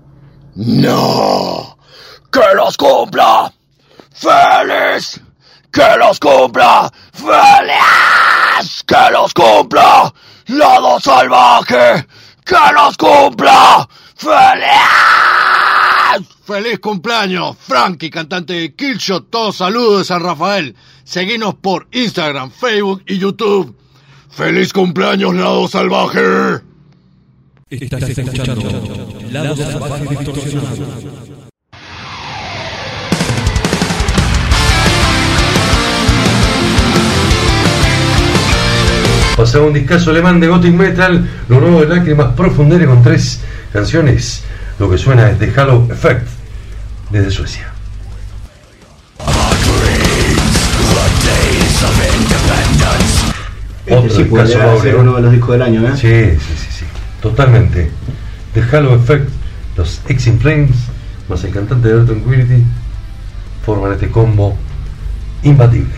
¡No! ¡Que los cumpla! ¡Feliz! ¡Que los cumpla! ¡Feliz! ¡Que los cumpla! ¡Lado Salvaje! ¡Que los cumpla! ¡Feliz!
¡Feliz cumpleaños! Frankie, cantante de Killshot, todos saludos de San Rafael. Seguinos por Instagram, Facebook y YouTube. ¡Feliz cumpleaños, Lado Salvaje!
Estás escuchando Lado Salvaje Distorsionado.
Pasaba un discazo alemán de Gothic Metal, lo nuevo de Lágrimas Profundere con 3 canciones. Lo que suena es The Halo Effect, desde Suecia.
Sí puede llegar a ser uno de los discos del año, ¿eh?
Sí, totalmente. The Halo Effect, los X-In Flames, más el cantante de Earth Tranquility, forman este combo imbatible.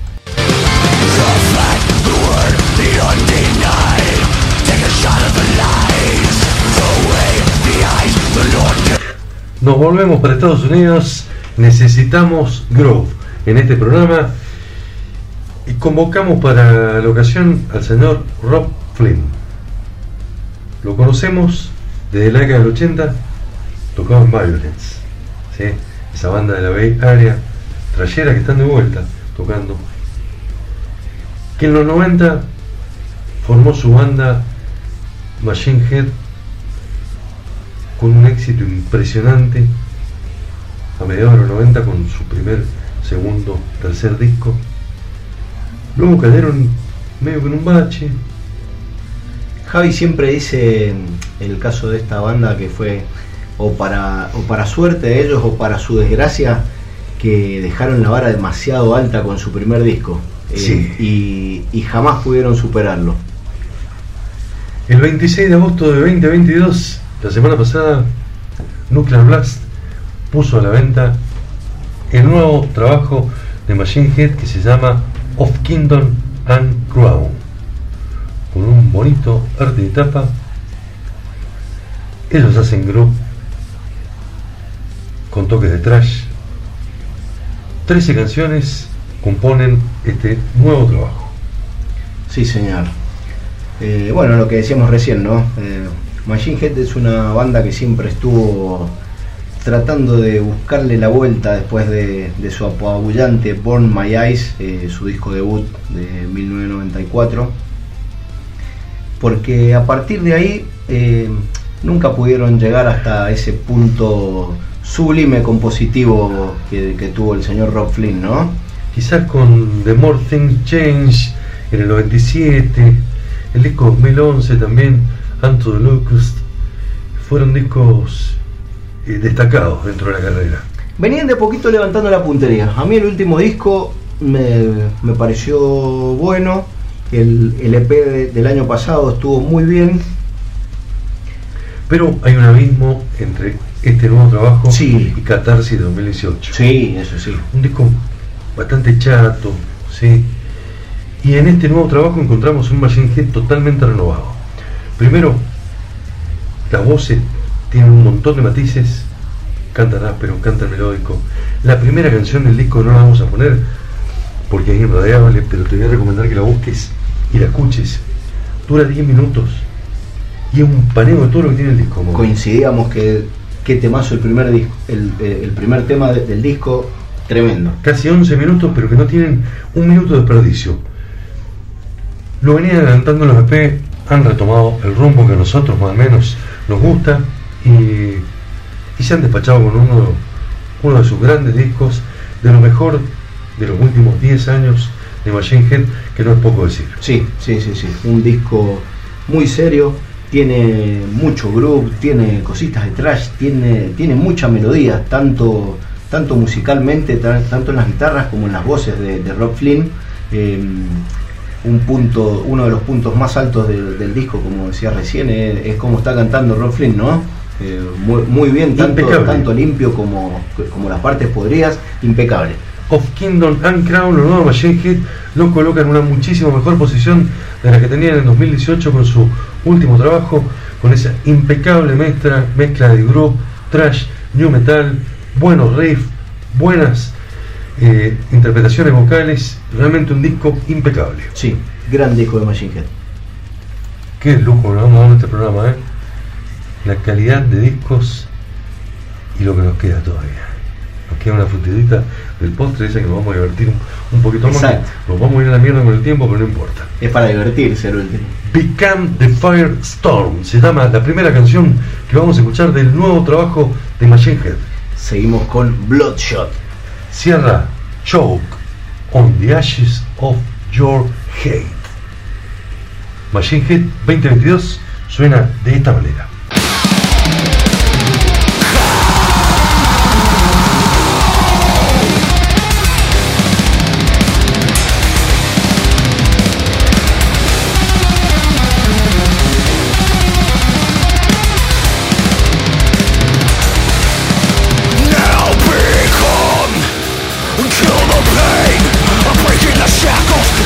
Nos volvemos para Estados Unidos. Necesitamos Grove en este programa y convocamos para la ocasión al señor Rob Flynn. Lo conocemos desde la década del 80, tocaban Violence, ¿sí? Esa banda de la Bay Area, trayera, que están de vuelta tocando, que en los 90 formó su banda Machine Head con un éxito impresionante a mediados de los 90 con su primer, segundo, tercer disco. Luego cayeron medio con un bache.
Javi siempre dice el caso de esta banda que fue o para suerte de ellos o para su desgracia, que dejaron la vara demasiado alta con su primer disco.
Sí.
Y jamás pudieron superarlo.
El 26 de agosto de 2022, la semana pasada, Nuclear Blast puso a la venta el nuevo trabajo de Machine Head que se llama Of Kingdom and Crown, con un bonito arte de tapa. Ellos hacen groove con toques de thrash. 13 canciones componen este nuevo trabajo.
Sí, señor. Bueno, lo que decíamos recién, ¿no? Machine Head es una banda que siempre estuvo tratando de buscarle la vuelta después de su apabullante Burn My Eyes, su disco debut de 1994, porque a partir de ahí nunca pudieron llegar hasta ese punto sublime compositivo que tuvo el señor Robb Flynn, ¿no?
Quizás con The More Things Change en el 97, el disco 2011 también, Unto the Locust, fueron discos destacados dentro de la carrera.
Venían de poquito levantando la puntería. A mí el último disco me pareció bueno. El EP del año pasado estuvo muy bien.
Pero hay un abismo entre este nuevo trabajo
sí.
y Catarsis de 2018.
Sí, eso sí.
Un disco bastante chato, ¿sí? Y en este nuevo trabajo encontramos un Machine Head totalmente renovado. Primero, las voces tienen un montón de matices, cantan áspero, cantan melódico. La primera canción del disco no la vamos a poner porque es irradiable, pero te voy a recomendar que la busques y la escuches. Dura 10 minutos y es un paneo de todo lo que tiene el disco.
Coincidíamos que temazo el primer disco, el primer tema del disco, tremendo.
Casi 11 minutos, pero que no tienen un minuto de desperdicio. Lo venían adelantando los EP, han retomado el rumbo que a nosotros más o menos nos gusta y se han despachado con uno de sus grandes discos, de lo mejor de los últimos 10 años de Machine Head, que no es poco decir.
Sí, un disco muy serio, tiene mucho groove, tiene cositas de thrash, tiene mucha melodía, tanto musicalmente, tanto en las guitarras como en las voces de Robb Flynn. Uno de los puntos más altos del disco, como decía recién, es cómo está cantando Robb Flynn, ¿no? Muy bien, tanto limpio como las partes podridas, impecable.
Of Kingdom and Crown, lo nuevo Machine Head, lo coloca en una muchísimo mejor posición de la que tenían en 2018 con su último trabajo, con esa impecable mezcla de groove, thrash, new metal, buenos riffs, buenas interpretaciones vocales, realmente un disco impecable.
Sí, gran disco de Machine Head.
Qué lujo nos vamos a dar en este programa, la calidad de discos y lo que nos queda todavía. Nos queda una frutillita del postre, esa que nos vamos a divertir un poquito más.
Exacto.
Nos vamos a ir a la mierda con el tiempo, pero no importa.
Es para divertirse el último.
Become the Firestorm se llama la primera canción que vamos a escuchar del nuevo trabajo de Machine Head.
Seguimos con Bloodshot.
Cierra Choke on the Ashes of Your Hate. Machine Head 2022 suena de esta manera.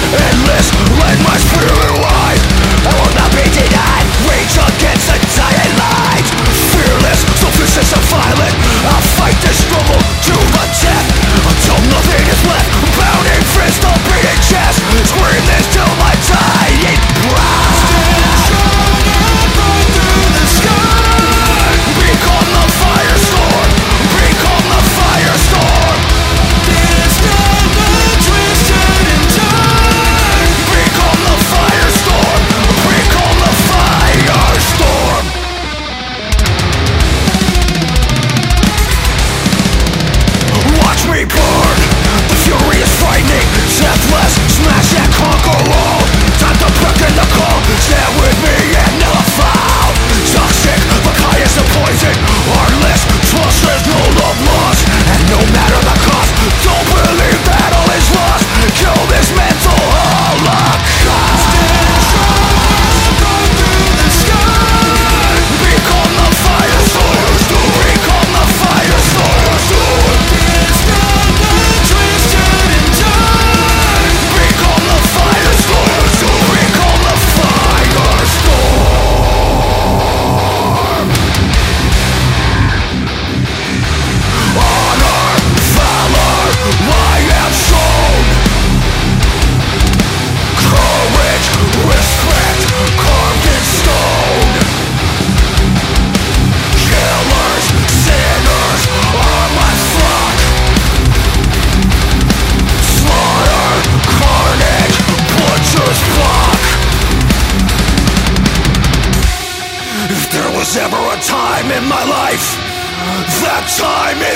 Endless, let my spirit alive. I will not be denied. Rage against the dying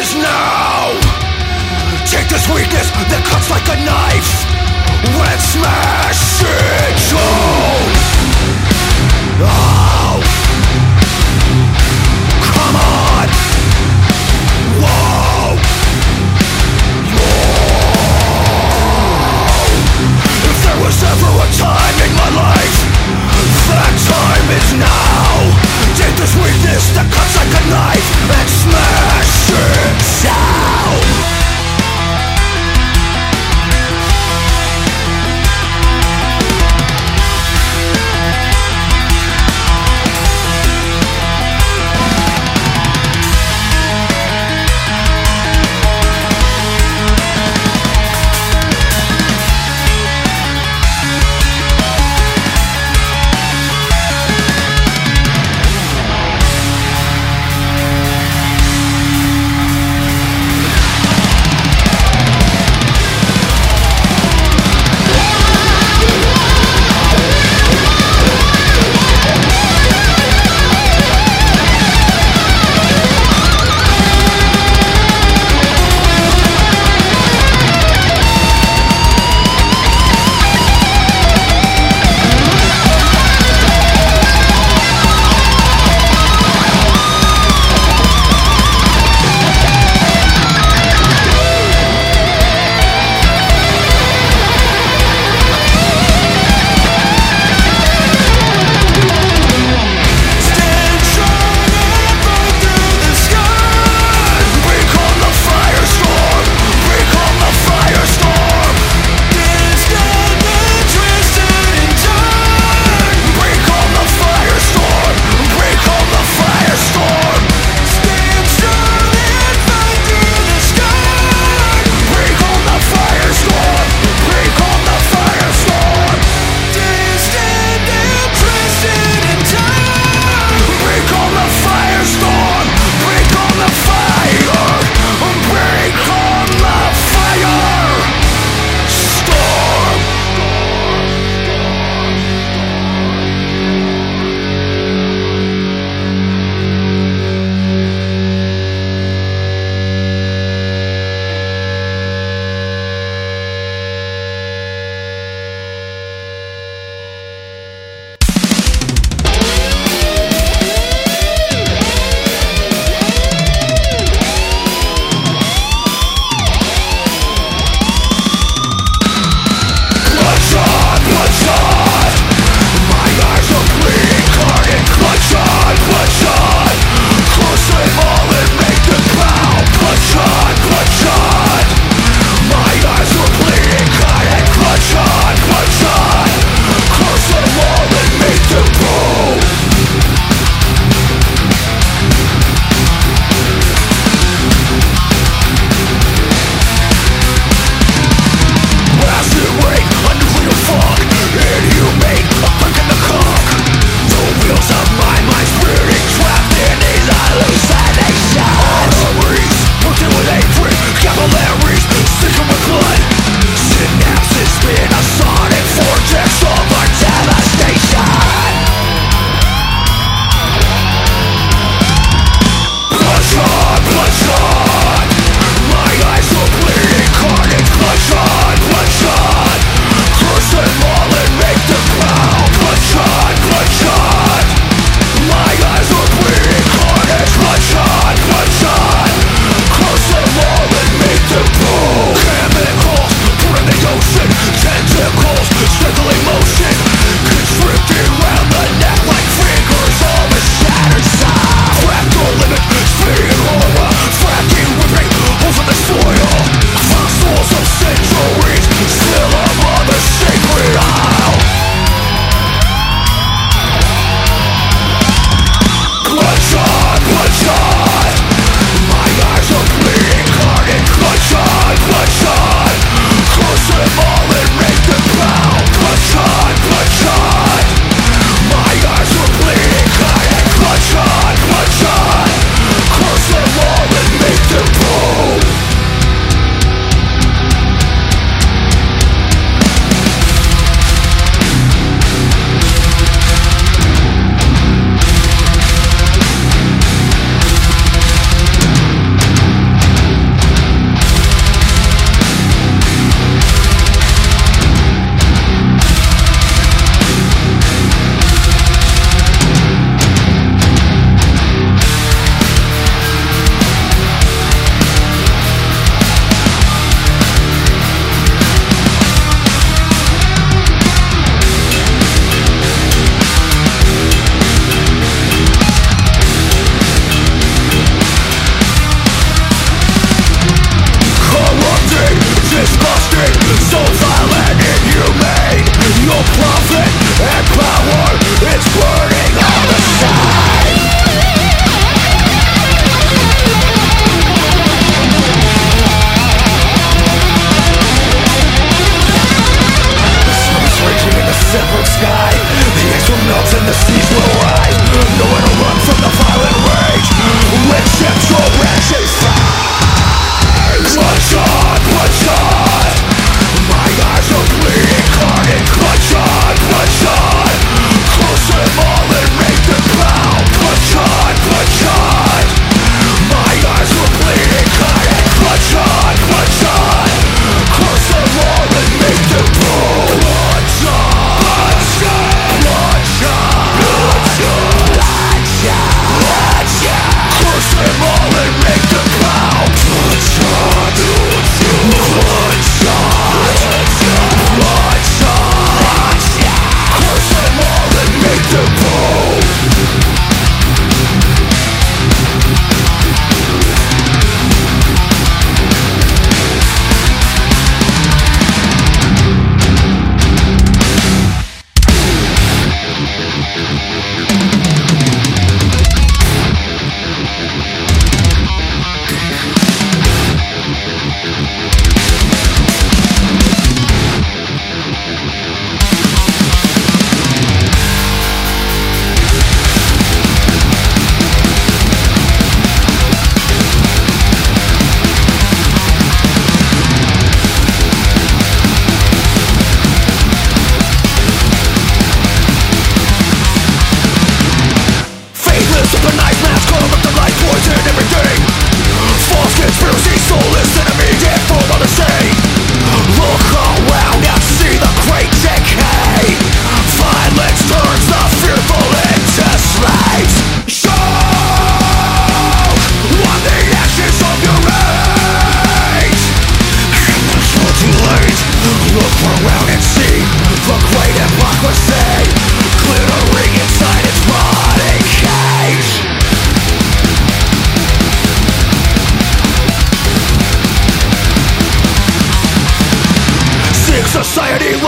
is now. Take this weakness that cuts like a knife and smash it home. Oh, come on. Whoa. If there was ever a time in my life, that time is now. Take this weakness that cuts like a knife and smash it down.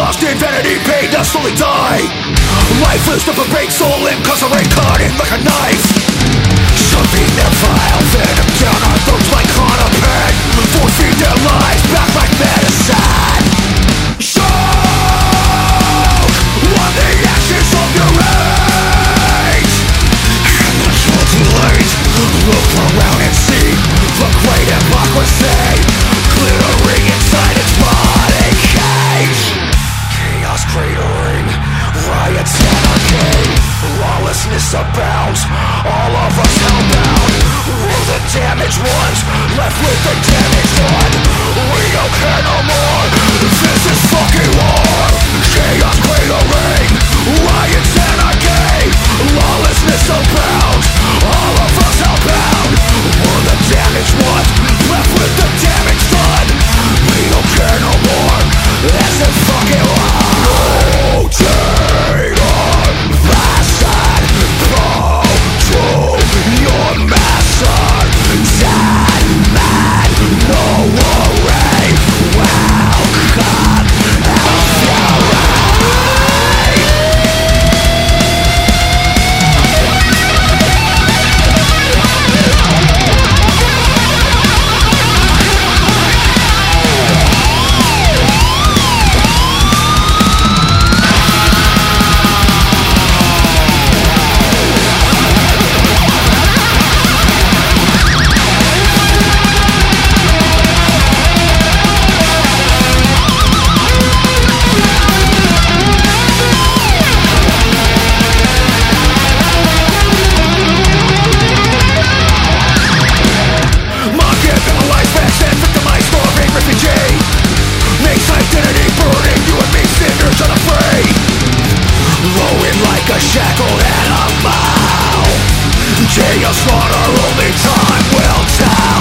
lost infinity, pain to slowly die. Lifeless to parade, soul incarcerated like a knife. Shoving their vile venom down our throats like on a pen. Forcing their lives back like medicine. Choke on the ashes of your rage. And it's all too late. Look around and see the great hypocrisy glittering inside its body cage. Chaos cratering, riots, anarchy, lawlessness abounds. All of us hellbound. We're the damaged ones, left with the damage done. We don't care no more. This is fucking war. Chaos cratering, riots, anarchy, lawlessness abounds. All of us hellbound. We're the damaged ones, left with the damage done. We don't care no more. This is fucking war. Rotate on facet, pro your master. Dead man, no worry. Welcome, fury. Shackled animal. Chaos slaughter, only time will tell.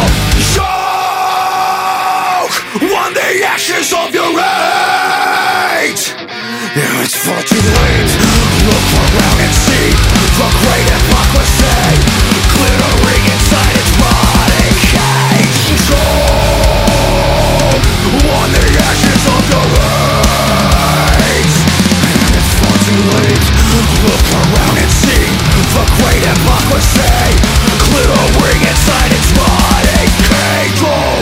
Choke on the ashes of your hate. Now it's far too late. Look around and see the great hypocrisy glittering inside its body cage. Choke on the ashes of your hate. And it's far too late. Look around and see the great hypocrisy glittering inside its body cage.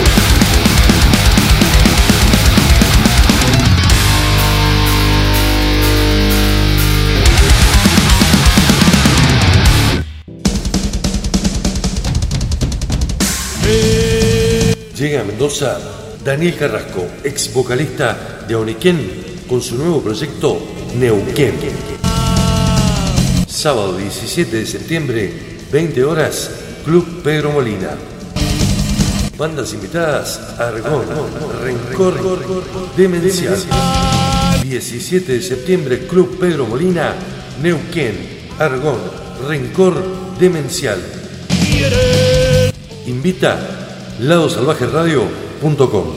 Llega a Mendoza Daniel Carrasco, ex vocalista de Auniquén, con su nuevo proyecto Neuquén. Sábado 17 de septiembre, 20 horas, Club Pedro Molina. Bandas invitadas: Argón, Rencor, Demencial. 17 de septiembre, Club Pedro Molina, Neuquén, Argón, Rencor, Demencial. Invita ladosalvajeradio.com.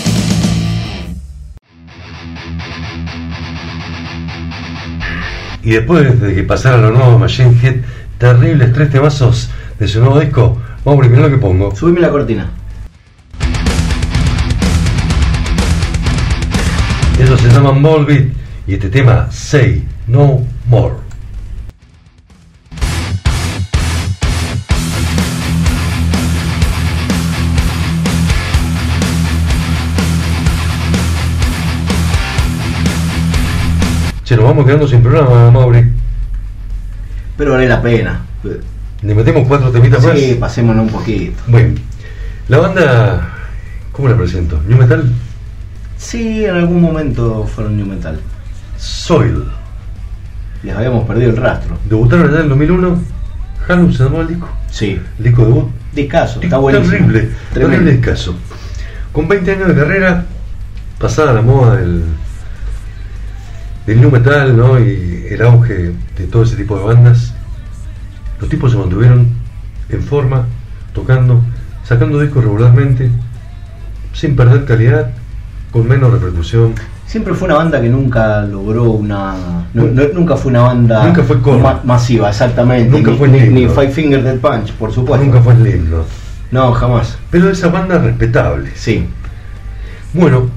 Y después de que pasara lo nuevo Machine Head, terribles 3 temazos de su nuevo disco. Vamos a ver lo que pongo.
Subime la cortina.
Ellos se llaman Volbeat y este tema Say No More. Se nos vamos quedando sin programa, Mauri.
Pero vale la pena.
¿Le metemos 4 temitas más?
Sí, pasémonos un poquito.
Bueno, la banda, ¿cómo la presento? ¿New Metal?
Sí, en algún momento fueron New Metal.
Soil.
Les habíamos perdido el rastro.
Debutaron allá en el 2001. Halloween se llamó el disco.
Sí.
El disco debut.
Discazo, está buenísimo.
Terrible, terrible discazo. Con 20 años de carrera, pasada la moda del New Metal, ¿no? Y el auge de todo ese tipo de bandas, los tipos se mantuvieron en forma, tocando, sacando discos regularmente, sin perder calidad, con menos repercusión.
Siempre fue una banda que nunca logró una... nunca fue una banda...
Nunca fue
masiva, exactamente.
Nunca fue
ni Five Finger Death Punch, por supuesto.
Nunca fue Slipknot.
No, jamás.
Pero esa banda respetable.
Sí.
Bueno,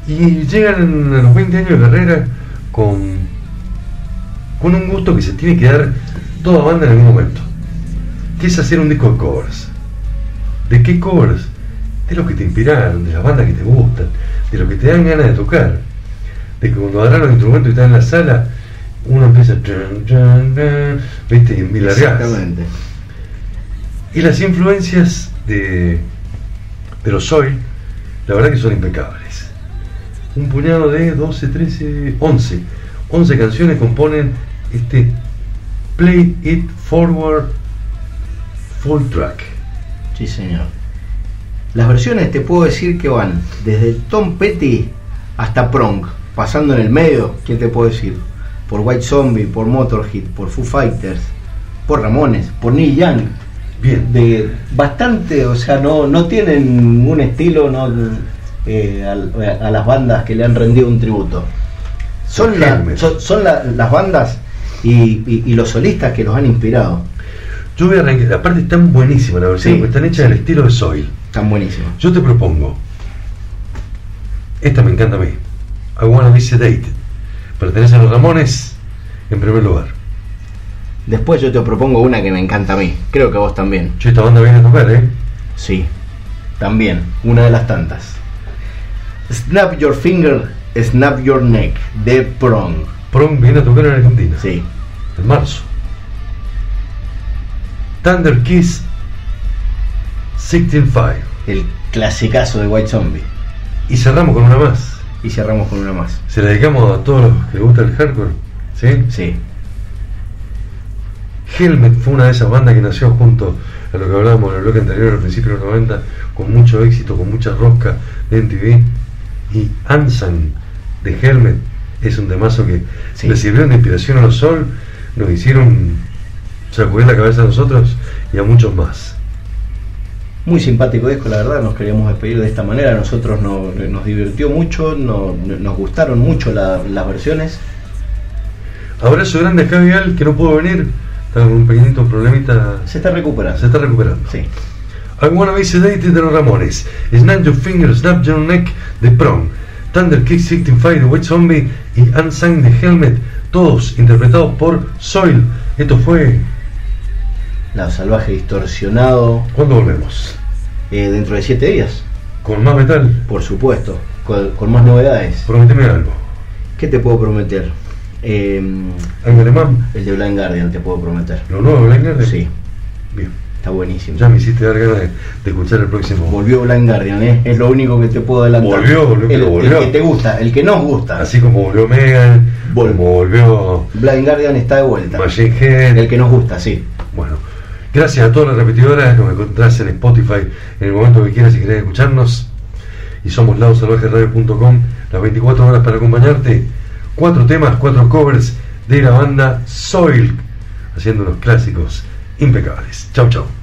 Y llegan a los 20 años de carrera con un gusto que se tiene que dar toda banda en algún momento, que es hacer un disco de covers. ¿De qué covers? De los que te inspiraron, de las bandas que te gustan, de los que te dan ganas de tocar, de que cuando agarran los instrumentos y están en la sala, uno empieza ¿viste? Y largas.
Exactamente.
Y las influencias de los Soil, la verdad que son impecables. Un puñado de 12, 13, 11 canciones componen este Play It Forward Full Track.
Sí, señor. Las versiones te puedo decir que van desde Tom Petty hasta Prong, pasando en el medio, ¿quién te puedo decir? Por White Zombie, por Motorhead, por Foo Fighters, por Ramones, por Neil Young.
Bien.
De bastante, o sea, no tienen un estilo, no a las bandas que le han rendido un tributo. Son las bandas y los solistas que los han inspirado.
Yo voy a arrancar, aparte están buenísimas las versiones,
Sí,
porque están hechas del estilo de Soil.
Están buenísimas.
Yo te propongo, esta me encanta a mí, I Wanna Be Sedated, pertenece a los Ramones en primer lugar.
Después yo te propongo una que me encanta a mí, creo que a vos también.
Che, esta banda viene a tocar,
Sí, también, una de las tantas. Snap Your Finger, Snap Your Neck, de Prong.
Prong viene a tocar en Argentina.
Sí.
En marzo. Thunder Kiss 16-5.
El clasicazo de White Zombie.
Y cerramos con una más.
Se
la dedicamos a todos los que les gusta el hardcore. ¿Sí?
Sí.
Helmet fue una de esas bandas que nació junto a lo que hablábamos en el bloque anterior, al principio de los 90, con mucho éxito, con mucha rosca de MTV. Y Unsung de Helmet es un temazo que le sirvieron de inspiración a los Soul, nos hicieron sacudir la cabeza a nosotros y a muchos más.
Muy simpático disco, la verdad, nos queríamos despedir de esta manera, a nosotros nos divirtió mucho, nos gustaron mucho las versiones.
Abrazo grande a Javier, que no pudo venir, está con un pequeñito problemita.
Se está recuperando.
Sí. I Wanna Be Sedated de los Ramones, Snap Your Finger, Snap Your Neck de Prong, Thunder Kick 65 de White Zombie y Unsung de Helmet, todos interpretados por Soil. Esto fue
Lado Salvaje Distorsionado.
¿Cuándo volvemos?
Dentro de 7 días.
¿Con más metal?
Por supuesto, con más novedades.
Prometeme algo.
¿Qué te puedo prometer?
¿Algo alemán?
El de Blind Guardian te puedo prometer.
¿Lo nuevo de Blind Guardian?
Sí.
Bien.
Está buenísimo.
Ya me hiciste dar ganas de escuchar el próximo.
Volvió Blind Guardian, es lo único que te puedo adelantar.
Volvió.
El que te gusta, el que nos gusta.
Así como volvió Megan, como volvió
Blind Guardian, está de vuelta.
Machine Head.
El que nos gusta, sí.
Bueno, gracias a todas las repetidoras que me encontrás en Spotify en el momento que quieras y querés escucharnos. Y somos ladosalvajeradio.com, las 24 horas para acompañarte. 4 temas, 4 covers de la banda Soil, haciendo unos clásicos impecables. Chau, chau.